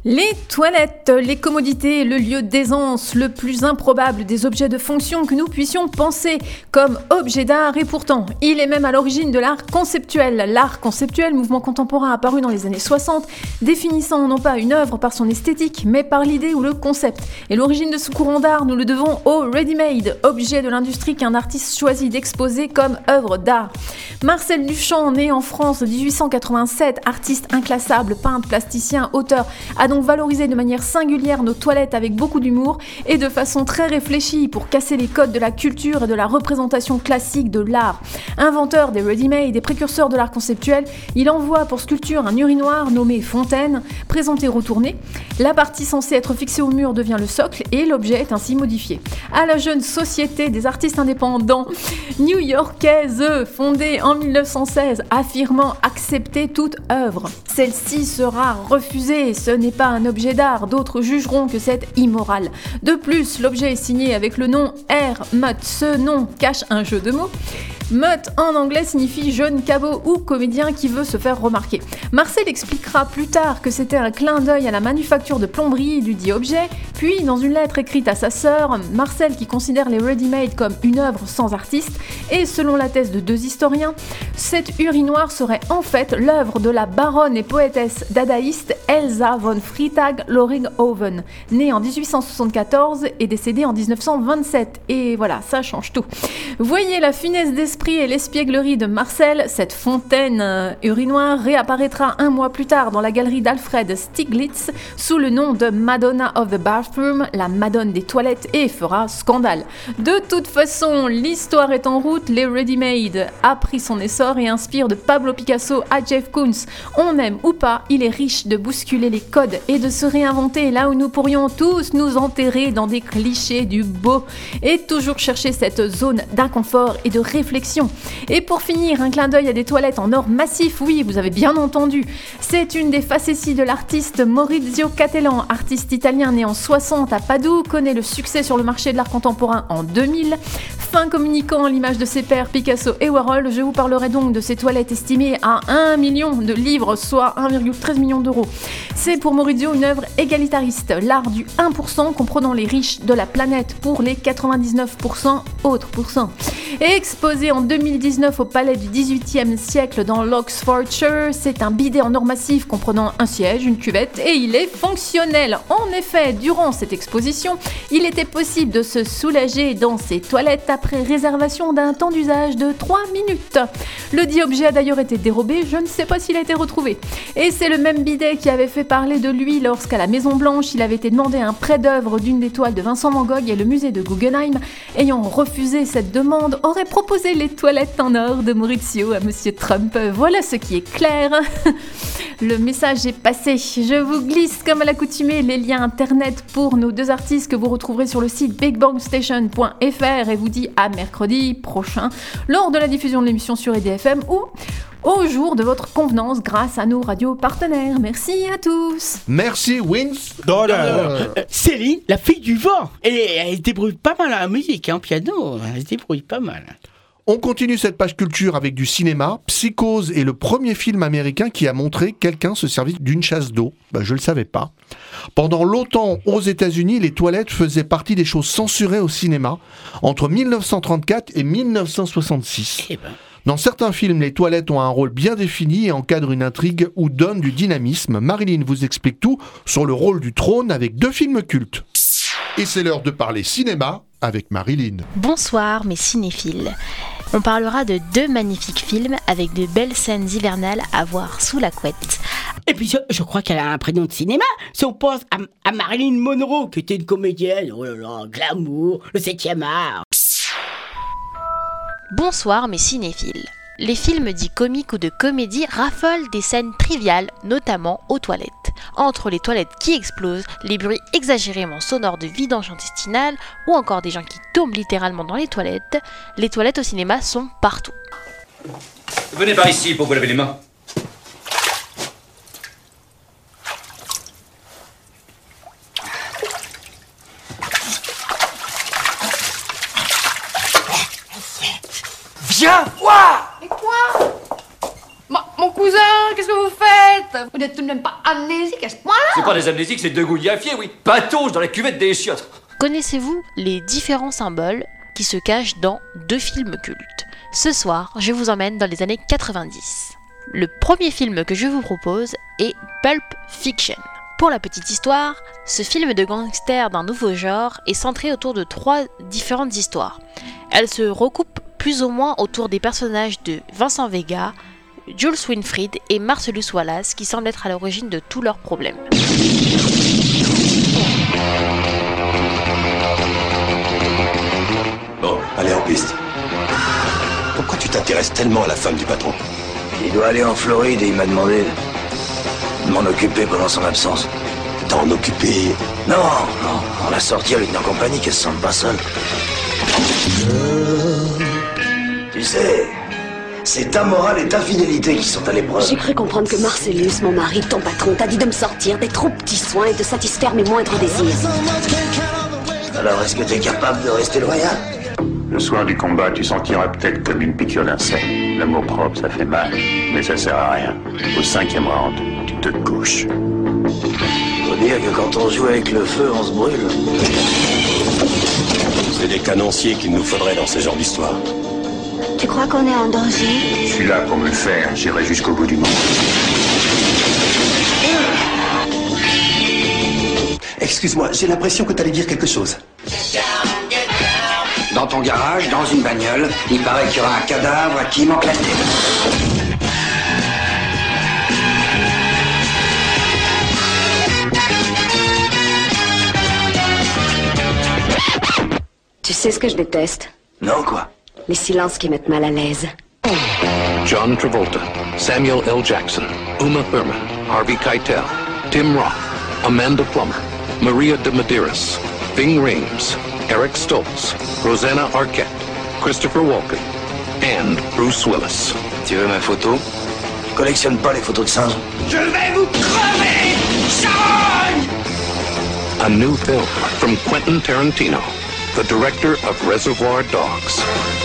Les toilettes, les commodités, le lieu d'aisance, le plus improbable des objets de fonction que nous puissions penser comme objet d'art, et pourtant, il est même à l'origine de l'art conceptuel. L'art conceptuel, mouvement contemporain apparu dans les années soixante, définissant non pas une œuvre par son esthétique, mais par l'idée ou le concept. Et l'origine de ce courant d'art, nous le devons au ready-made, objet de l'industrie qu'un artiste choisit d'exposer comme œuvre d'art. Marcel Duchamp, né en France en dix-huit cent quatre-vingt-sept, artiste inclassable, peintre, plasticien, auteur, a donc valorisé de manière singulière nos toilettes avec beaucoup d'humour et de façon très réfléchie pour casser les codes de la culture et de la représentation classique de l'art. Inventeur des ready-made et précurseur de l'art conceptuel, il envoie pour sculpture un urinoir nommé Fontaine, présenté retourné. La partie censée être fixée au mur devient le socle et l'objet est ainsi modifié. À la jeune société des artistes indépendants new-yorkaise, fondée en mille neuf cent seize, affirmant accepter toute œuvre. Celle-ci sera refusée, ce n'est pas un objet d'art, d'autres jugeront que c'est immoral. De plus, l'objet est signé avec le nom R. Mutt. Ce nom cache un jeu de mots. Mutt en anglais signifie jeune caveau ou comédien qui veut se faire remarquer. Marcel expliquera plus tard que c'était un clin d'œil à la manufacture de plomberie du dit objet, puis dans une lettre écrite à sa sœur, Marcel, qui considère les ready-made comme une œuvre sans artiste, et selon la thèse de deux historiens, cet urinoir serait en fait l'œuvre de la baronne et poétesse dadaïste Elsa von Freytag-Loringhoven, née en dix-huit cent soixante-quatorze et décédée en dix-neuf cent vingt-sept. Et voilà, ça change tout. Voyez la finesse d'esprit et l'espièglerie de Marcel, cette fontaine euh, urinoir réapparaîtra un mois plus tard dans la galerie d'Alfred Stieglitz sous le nom de Madonna of the Bathroom, la Madone des toilettes, et fera scandale. De toute façon, l'histoire est en route, les ready-made a pris son essor et inspire de Pablo Picasso à Jeff Koons. On aime ou pas, il est riche de bousculer les codes et de se réinventer là où nous pourrions tous nous enterrer dans des clichés du beau et toujours chercher cette zone d'inconfort et de réflexion. Et pour finir, un clin d'œil à des toilettes en or massif, oui, vous avez bien entendu. C'est une des facéties de l'artiste Maurizio Cattelan, artiste italien né en soixante à Padoue, connaît le succès sur le marché de l'art contemporain en deux mille. Fin communiquant à l'image de ses pairs Picasso et Warhol, je vous parlerai donc de ces toilettes estimées à un million de livres, soit un virgule treize million d'euros. C'est pour Maurizio une œuvre égalitariste, l'art du un pour cent comprenant les riches de la planète pour les quatre-vingt-dix-neuf pour cent autres pourcents. Exposé en deux mille dix-neuf au palais du dix-huitième siècle dans l'Oxfordshire, c'est un bidet en or massif comprenant un siège, une cuvette et il est fonctionnel. En effet, durant cette exposition, il était possible de se soulager dans ses toilettes après réservation d'un temps d'usage de trois minutes. Le dit objet a d'ailleurs été dérobé, je ne sais pas s'il a été retrouvé. Et c'est le même bidet qui avait fait parler de lui lorsqu'à la Maison Blanche, il avait été demandé un prêt d'œuvre d'une des toiles de Vincent Van Gogh et le musée de Guggenheim, ayant refusé cette demande, aurait proposé les toilettes en or de Maurizio à Monsieur Trump. Voilà ce qui est clair. Le message est passé. Je vous glisse comme à l'accoutumée les liens internet pour nos deux artistes que vous retrouverez sur le site big bang station point f r et vous dis à mercredi prochain lors de la diffusion de l'émission sur E D F M ou au jour de votre convenance grâce à nos radios partenaires. Merci à tous. Merci Vince. Euh, Céline, la fille du vent. Elle, elle se débrouille pas mal à la musique, hein, piano. Elle se débrouille pas mal. On continue cette page culture avec du cinéma. Psychose est le premier film américain qui a montré quelqu'un se servir d'une chasse d'eau. Ben, je ne le savais pas. Pendant longtemps, aux États-Unis, les toilettes faisaient partie des choses censurées au cinéma entre mille neuf cent trente-quatre et mille neuf cent soixante-six. Eh ben. Dans certains films, les toilettes ont un rôle bien défini et encadrent une intrigue ou donnent du dynamisme. Marilyn vous explique tout sur le rôle du trône avec deux films cultes. Et c'est l'heure de parler cinéma avec Marilyn. Bonsoir mes cinéphiles. On parlera de deux magnifiques films avec de belles scènes hivernales à voir sous la couette. Et puis je, je crois qu'elle a un prénom de cinéma. Si on pense à, à Marilyn Monroe, qui était une comédienne, oh là là, glamour, le septième art. Bonsoir mes cinéphiles. Les films dits comiques ou de comédie raffolent des scènes triviales, notamment aux toilettes. Entre les toilettes qui explosent, les bruits exagérément sonores de vidange intestinale ou encore des gens qui tombent littéralement dans les toilettes, les toilettes au cinéma sont partout. Venez par ici pour vous laver les mains. Viens voir. Mais quoi Ma- Mon cousin, qu'est-ce que vous faites? Vous n'êtes tout de même pas amnésique à ce point-là. C'est pas des amnésiques, c'est deux gouliafiers, oui. Patauge dans la cuvette des chiottes. Connaissez-vous les différents symboles qui se cachent dans deux films cultes? Ce soir, je vous emmène dans les années quatre-vingt-dix. Le premier film que je vous propose est Pulp Fiction. Pour la petite histoire, ce film de gangster d'un nouveau genre est centré autour de trois différentes histoires. Elles se recoupent plus ou moins autour des personnages de Vincent Vega, Jules Winfield et Marcellus Wallace qui semblent être à l'origine de tous leurs problèmes. Bon, allez en piste. Pourquoi tu t'intéresses tellement à la femme du patron? Il doit aller en Floride et il m'a demandé de m'en occuper pendant son absence. T'en occuper? Non, non, on la sortir lieutenant compagnie qu'elle se sente pas seule. Tu sais, c'est ta morale et ta fidélité qui sont à l'épreuve. J'ai cru comprendre que Marcellus, mon mari, ton patron, t'a dit de me sortir, d'être aux petits soins et de satisfaire mes moindres désirs. Alors est-ce que t'es capable de rester loyal? Le soir du combat, tu sentiras peut-être comme une piqûre d'insecte. L'amour propre, ça fait mal, mais ça sert à rien. Au cinquième round, tu te couches. Faut dire que quand on joue avec le feu, on se brûle. C'est des canonciers qu'il nous faudrait dans ce genre d'histoire. Tu crois qu'on est en danger? Je suis là pour me le faire, j'irai jusqu'au bout du monde. Excuse-moi, j'ai l'impression que t'allais dire quelque chose. Dans ton garage, dans une bagnole, il paraît qu'il y aura un cadavre à qui manque la tête. Tu sais ce que je déteste? Non, quoi? Les silences qui mettent mal à l'aise. John Travolta, Samuel L. Jackson, Uma Thurman, Harvey Keitel, Tim Roth, Amanda Plummer, Maria de Medeiros, Ving Rhames, Eric Stoltz, Rosanna Arquette, Christopher Walken, and Bruce Willis. Tu veux ma photo? Je collectionne pas les photos de singes. Je vais vous crever, charogne! A new film from Quentin Tarantino, the director of Reservoir Dogs.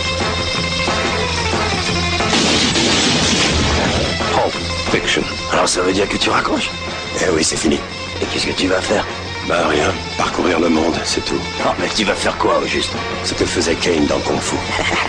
Pulp Fiction. Alors ça veut dire que tu raccroches? Eh oui, c'est fini. Et qu'est-ce que tu vas faire? Bah rien, parcourir le monde, c'est tout. Oh, mais tu vas faire quoi, au juste? Ce que faisait Kane dans Kung Fu.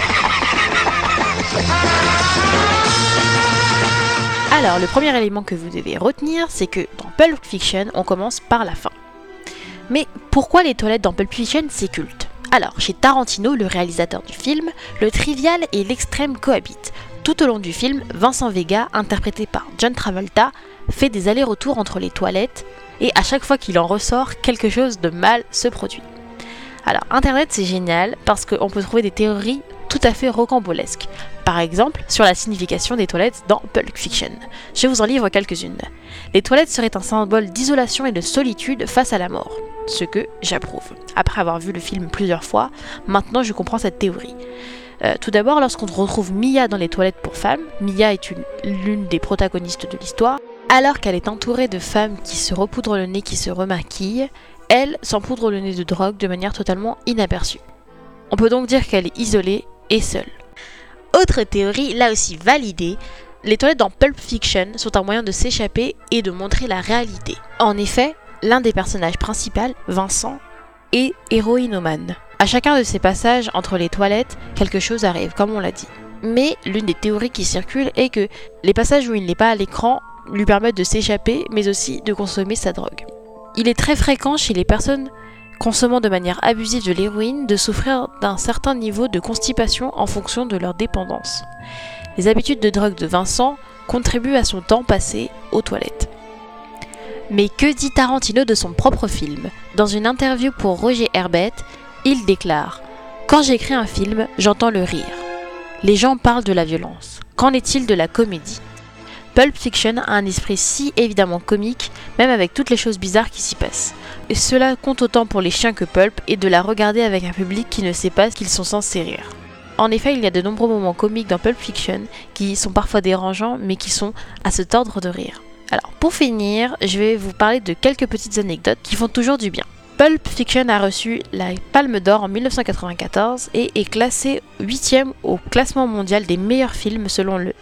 Alors, le premier élément que vous devez retenir, c'est que dans Pulp Fiction, on commence par la fin. Mais pourquoi les toilettes dans Pulp Fiction, c'est culte? Alors, chez Tarantino, le réalisateur du film, le trivial et l'extrême cohabitent. Tout au long du film, Vincent Vega, interprété par John Travolta, fait des allers-retours entre les toilettes, et à chaque fois qu'il en ressort, quelque chose de mal se produit. Alors, Internet, c'est génial, parce qu'on peut trouver des théories tout à fait rocambolesques. Par exemple, sur la signification des toilettes dans Pulp Fiction. Je vous en livre quelques-unes. Les toilettes seraient un symbole d'isolation et de solitude face à la mort, ce que j'approuve. Après avoir vu le film plusieurs fois, maintenant je comprends cette théorie. Euh, tout d'abord, lorsqu'on retrouve Mia dans les toilettes pour femmes, Mia est une, l'une des protagonistes de l'histoire, alors qu'elle est entourée de femmes qui se repoudrent le nez, qui se remaquillent, elle s'empoudre le nez de drogue de manière totalement inaperçue. On peut donc dire qu'elle est isolée et seule. Autre théorie, là aussi validée, les toilettes dans Pulp Fiction sont un moyen de s'échapper et de montrer la réalité. En effet, l'un des personnages principaux, Vincent, est héroïnomane. À chacun de ces passages entre les toilettes, quelque chose arrive, comme on l'a dit. Mais l'une des théories qui circulent est que les passages où il n'est pas à l'écran lui permettent de s'échapper, mais aussi de consommer sa drogue. Il est très fréquent chez les personnes consommant de manière abusive de l'héroïne de souffrir d'un certain niveau de constipation en fonction de leur dépendance. Les habitudes de drogue de Vincent contribuent à son temps passé aux toilettes. Mais que dit Tarantino de son propre film? Dans une interview pour Roger Ebert, il déclare « Quand j'écris un film, j'entends le rire. Les gens parlent de la violence. Qu'en est-il de la comédie ?» Pulp Fiction a un esprit si évidemment comique, même avec toutes les choses bizarres qui s'y passent. Et cela compte autant pour les chiens que Pulp, et de la regarder avec un public qui ne sait pas qu'ils sont censés rire. En effet, il y a de nombreux moments comiques dans Pulp Fiction qui sont parfois dérangeants, mais qui sont à se tordre de rire. Alors, pour finir, je vais vous parler de quelques petites anecdotes qui font toujours du bien. Pulp Fiction a reçu la Palme d'Or en mille neuf cent quatre-vingt-quatorze et est classé huitième au classement mondial des meilleurs films selon le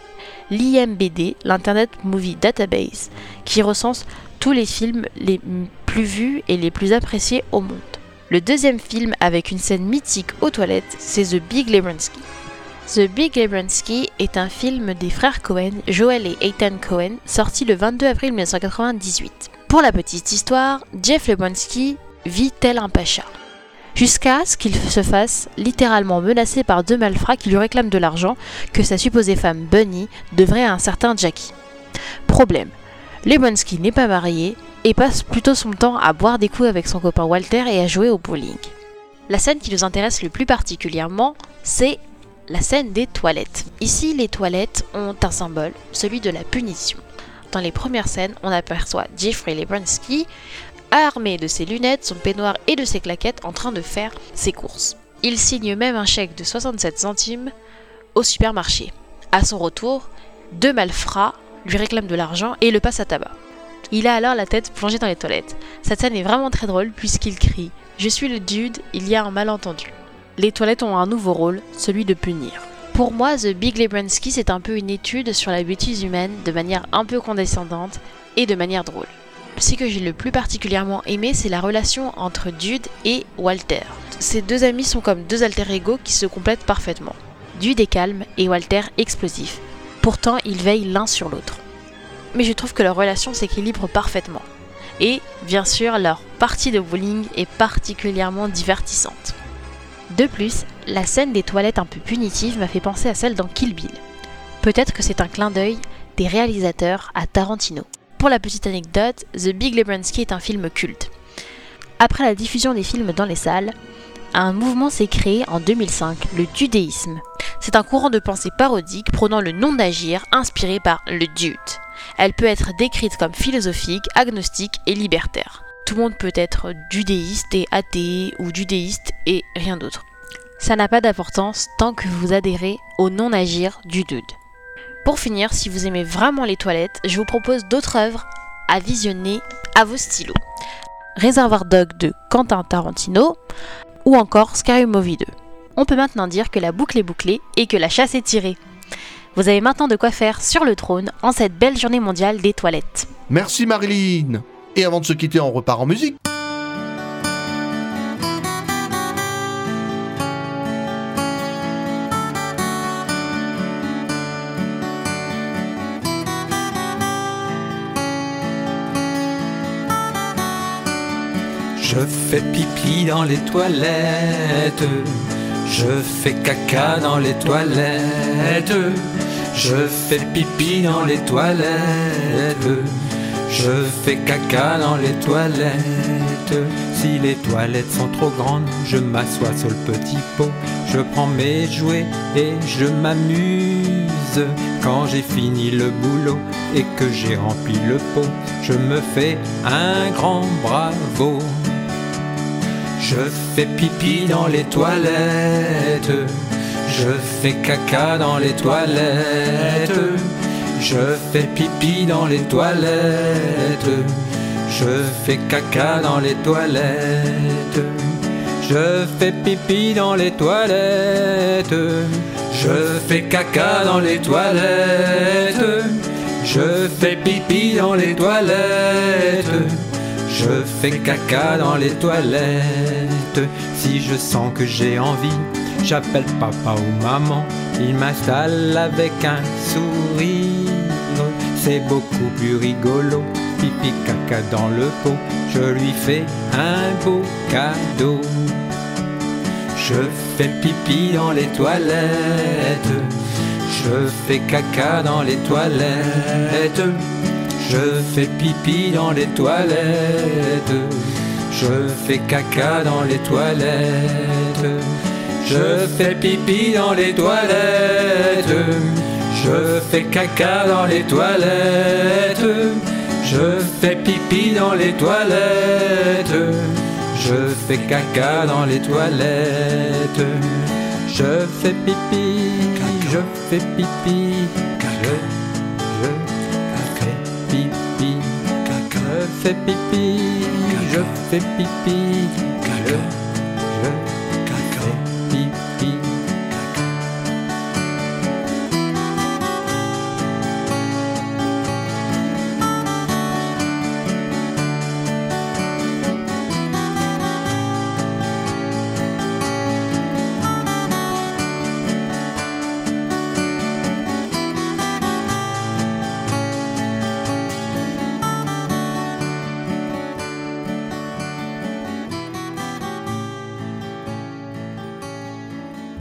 l'I M B D, l'Internet Movie Database, qui recense tous les films les plus vus et les plus appréciés au monde. Le deuxième film avec une scène mythique aux toilettes, c'est The Big Lebowski. The Big Lebowski est un film des frères Coen, Joel et Ethan Coen, sorti le vingt-deux avril mille neuf cent quatre-vingt-dix-huit. Pour la petite histoire, Jeff Lebowski vit tel un pacha, jusqu'à ce qu'il se fasse littéralement menacé par deux malfrats qui lui réclament de l'argent que sa supposée femme Bunny devrait à un certain Jackie. Problème, Lebowski n'est pas marié et passe plutôt son temps à boire des coups avec son copain Walter et à jouer au bowling. La scène qui nous intéresse le plus particulièrement, c'est la scène des toilettes. Ici, les toilettes ont un symbole, celui de la punition. Dans les premières scènes, on aperçoit Jeffrey Lebowski, armé de ses lunettes, son peignoir et de ses claquettes, en train de faire ses courses. Il signe même un chèque de soixante-sept centimes au supermarché. À son retour, deux malfrats lui réclament de l'argent et le passent à tabac. Il a alors la tête plongée dans les toilettes. Cette scène est vraiment très drôle puisqu'il crie « Je suis le dude, il y a un malentendu ». Les toilettes ont un nouveau rôle, celui de punir. Pour moi, The Big Lebowski, c'est un peu une étude sur la bêtise humaine de manière un peu condescendante et de manière drôle. Ce que j'ai le plus particulièrement aimé, c'est la relation entre Dude et Walter. Ces deux amis sont comme deux alter ego qui se complètent parfaitement. Dude est calme et Walter explosif. Pourtant, ils veillent l'un sur l'autre. Mais je trouve que leur relation s'équilibre parfaitement. Et, bien sûr, leur partie de bowling est particulièrement divertissante. De plus, la scène des toilettes un peu punitive m'a fait penser à celle dans Kill Bill. Peut-être que c'est un clin d'œil des réalisateurs à Tarantino. Pour la petite anecdote, The Big Lebowski est un film culte. Après la diffusion des films dans les salles, un mouvement s'est créé en deux mille cinq, le dudéisme. C'est un courant de pensée parodique prônant le non-agir inspiré par le dude. Elle peut être décrite comme philosophique, agnostique et libertaire. Tout le monde peut être dudéiste et athée ou dudéiste et rien d'autre. Ça n'a pas d'importance tant que vous adhérez au non-agir du dude. Pour finir, si vous aimez vraiment les toilettes, je vous propose d'autres œuvres à visionner à vos stylos. Reservoir Dogs de Quentin Tarantino ou encore Scary Movie deux. On peut maintenant dire que la boucle est bouclée et que la chasse est tirée. Vous avez maintenant de quoi faire sur le trône en cette belle journée mondiale des toilettes. Merci Marilyn. Et avant de se quitter, on repart en musique. Je fais pipi dans les toilettes, je fais caca dans les toilettes, je fais pipi dans les toilettes, je fais caca dans les toilettes. Si les toilettes sont trop grandes, je m'assois sur le petit pot, je prends mes jouets et je m'amuse. Quand j'ai fini le boulot et que j'ai rempli le pot, je me fais un grand bravo. Je fais pipi dans les toilettes, je fais caca dans les toilettes, je fais pipi dans les toilettes, je fais caca dans les toilettes, je fais pipi dans les toilettes, je fais caca dans les toilettes, je fais pipi dans les toilettes, je fais caca dans les toilettes. Si je sens que j'ai envie, j'appelle papa ou maman, il m'installe avec un sourire. C'est beaucoup plus rigolo, pipi caca dans le pot, je lui fais un beau cadeau. Je fais pipi dans les toilettes, je fais caca dans les toilettes, je fais pipi dans les toilettes, je fais caca dans les toilettes, je fais pipi dans les toilettes, je fais caca dans les toilettes, je fais pipi dans les toilettes, je fais caca dans les toilettes, je fais pipi, je fais pipi, je, je pipi, je fais pipi, je fais pipi, je, je fais pipi.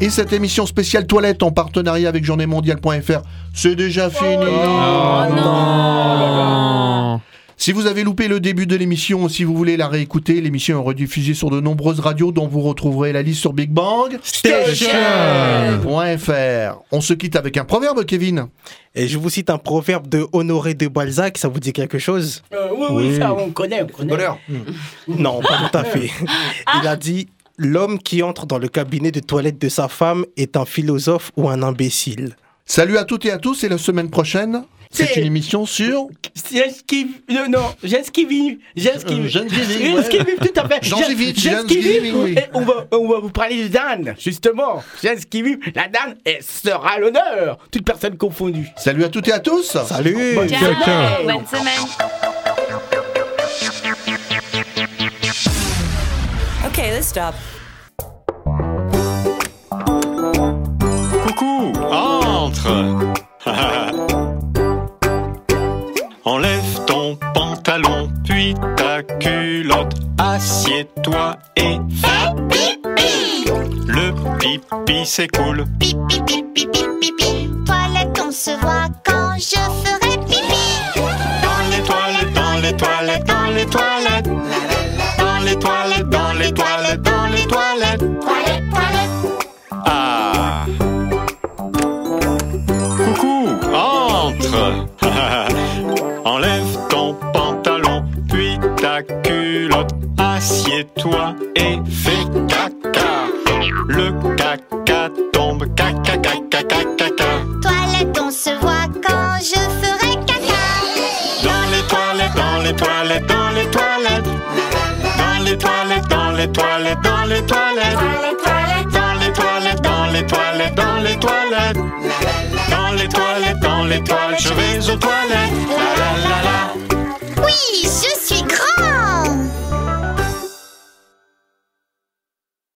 Et cette émission spéciale toilette en partenariat avec journée mondiale point f r, c'est déjà fini. Oh non. Si vous avez loupé le début de l'émission, si vous voulez la réécouter, l'émission est rediffusée sur de nombreuses radios dont vous retrouverez la liste sur Big Bang Station point f r. On se quitte avec un proverbe, Kevin. Et je vous cite un proverbe de Honoré de Balzac, ça vous dit quelque chose? euh, oui, oui, oui, ça on connaît, on connaît. Non, pas tout à fait. Il a dit « L'homme qui entre dans le cabinet de toilette de sa femme est un philosophe ou un imbécile. » Salut à toutes et à tous, et la semaine prochaine, c'est, c'est une émission sur... J'esquive... Non, non, j'esquive... J'esquive... Euh, J'esquive, J'esquive, tout à fait. J'esquive, J'esquive, oui. Et on va, on va vous parler de Dan, justement. J'esquive, la Dan, elle sera à l'honneur. Toute personne confondue. Salut à toutes et à tous. Salut. Bonne Ciao. semaine. Bonne semaine. Okay, let's stop. Coucou, entre. Enlève ton pantalon, puis ta culotte. Assieds-toi et fais pipi. Le pipi c'est cool. Pipi, pipi, pipi, pipi. Toilette, on se voit quand je ferai pipi. Dans les toilettes, dans les toilettes, dans les toilettes. Dans les toilettes, dans les toilettes, dans les toilettes. Toilette, toilette. Ah. Coucou, entre. Enlève ton pantalon, puis ta culotte. Assieds-toi et fais caca. Le caca tombe, caca, caca, caca, caca. Toilette, on se voit quand je ferai caca. Dans les toilettes, dans les toilettes, dans les toilettes. Dans les toilettes, dans les toilettes, dans les toilettes. Dans les toilettes, dans les toilettes, dans les toilettes. Dans les toilettes, dans les toilettes, je vais aux toilettes.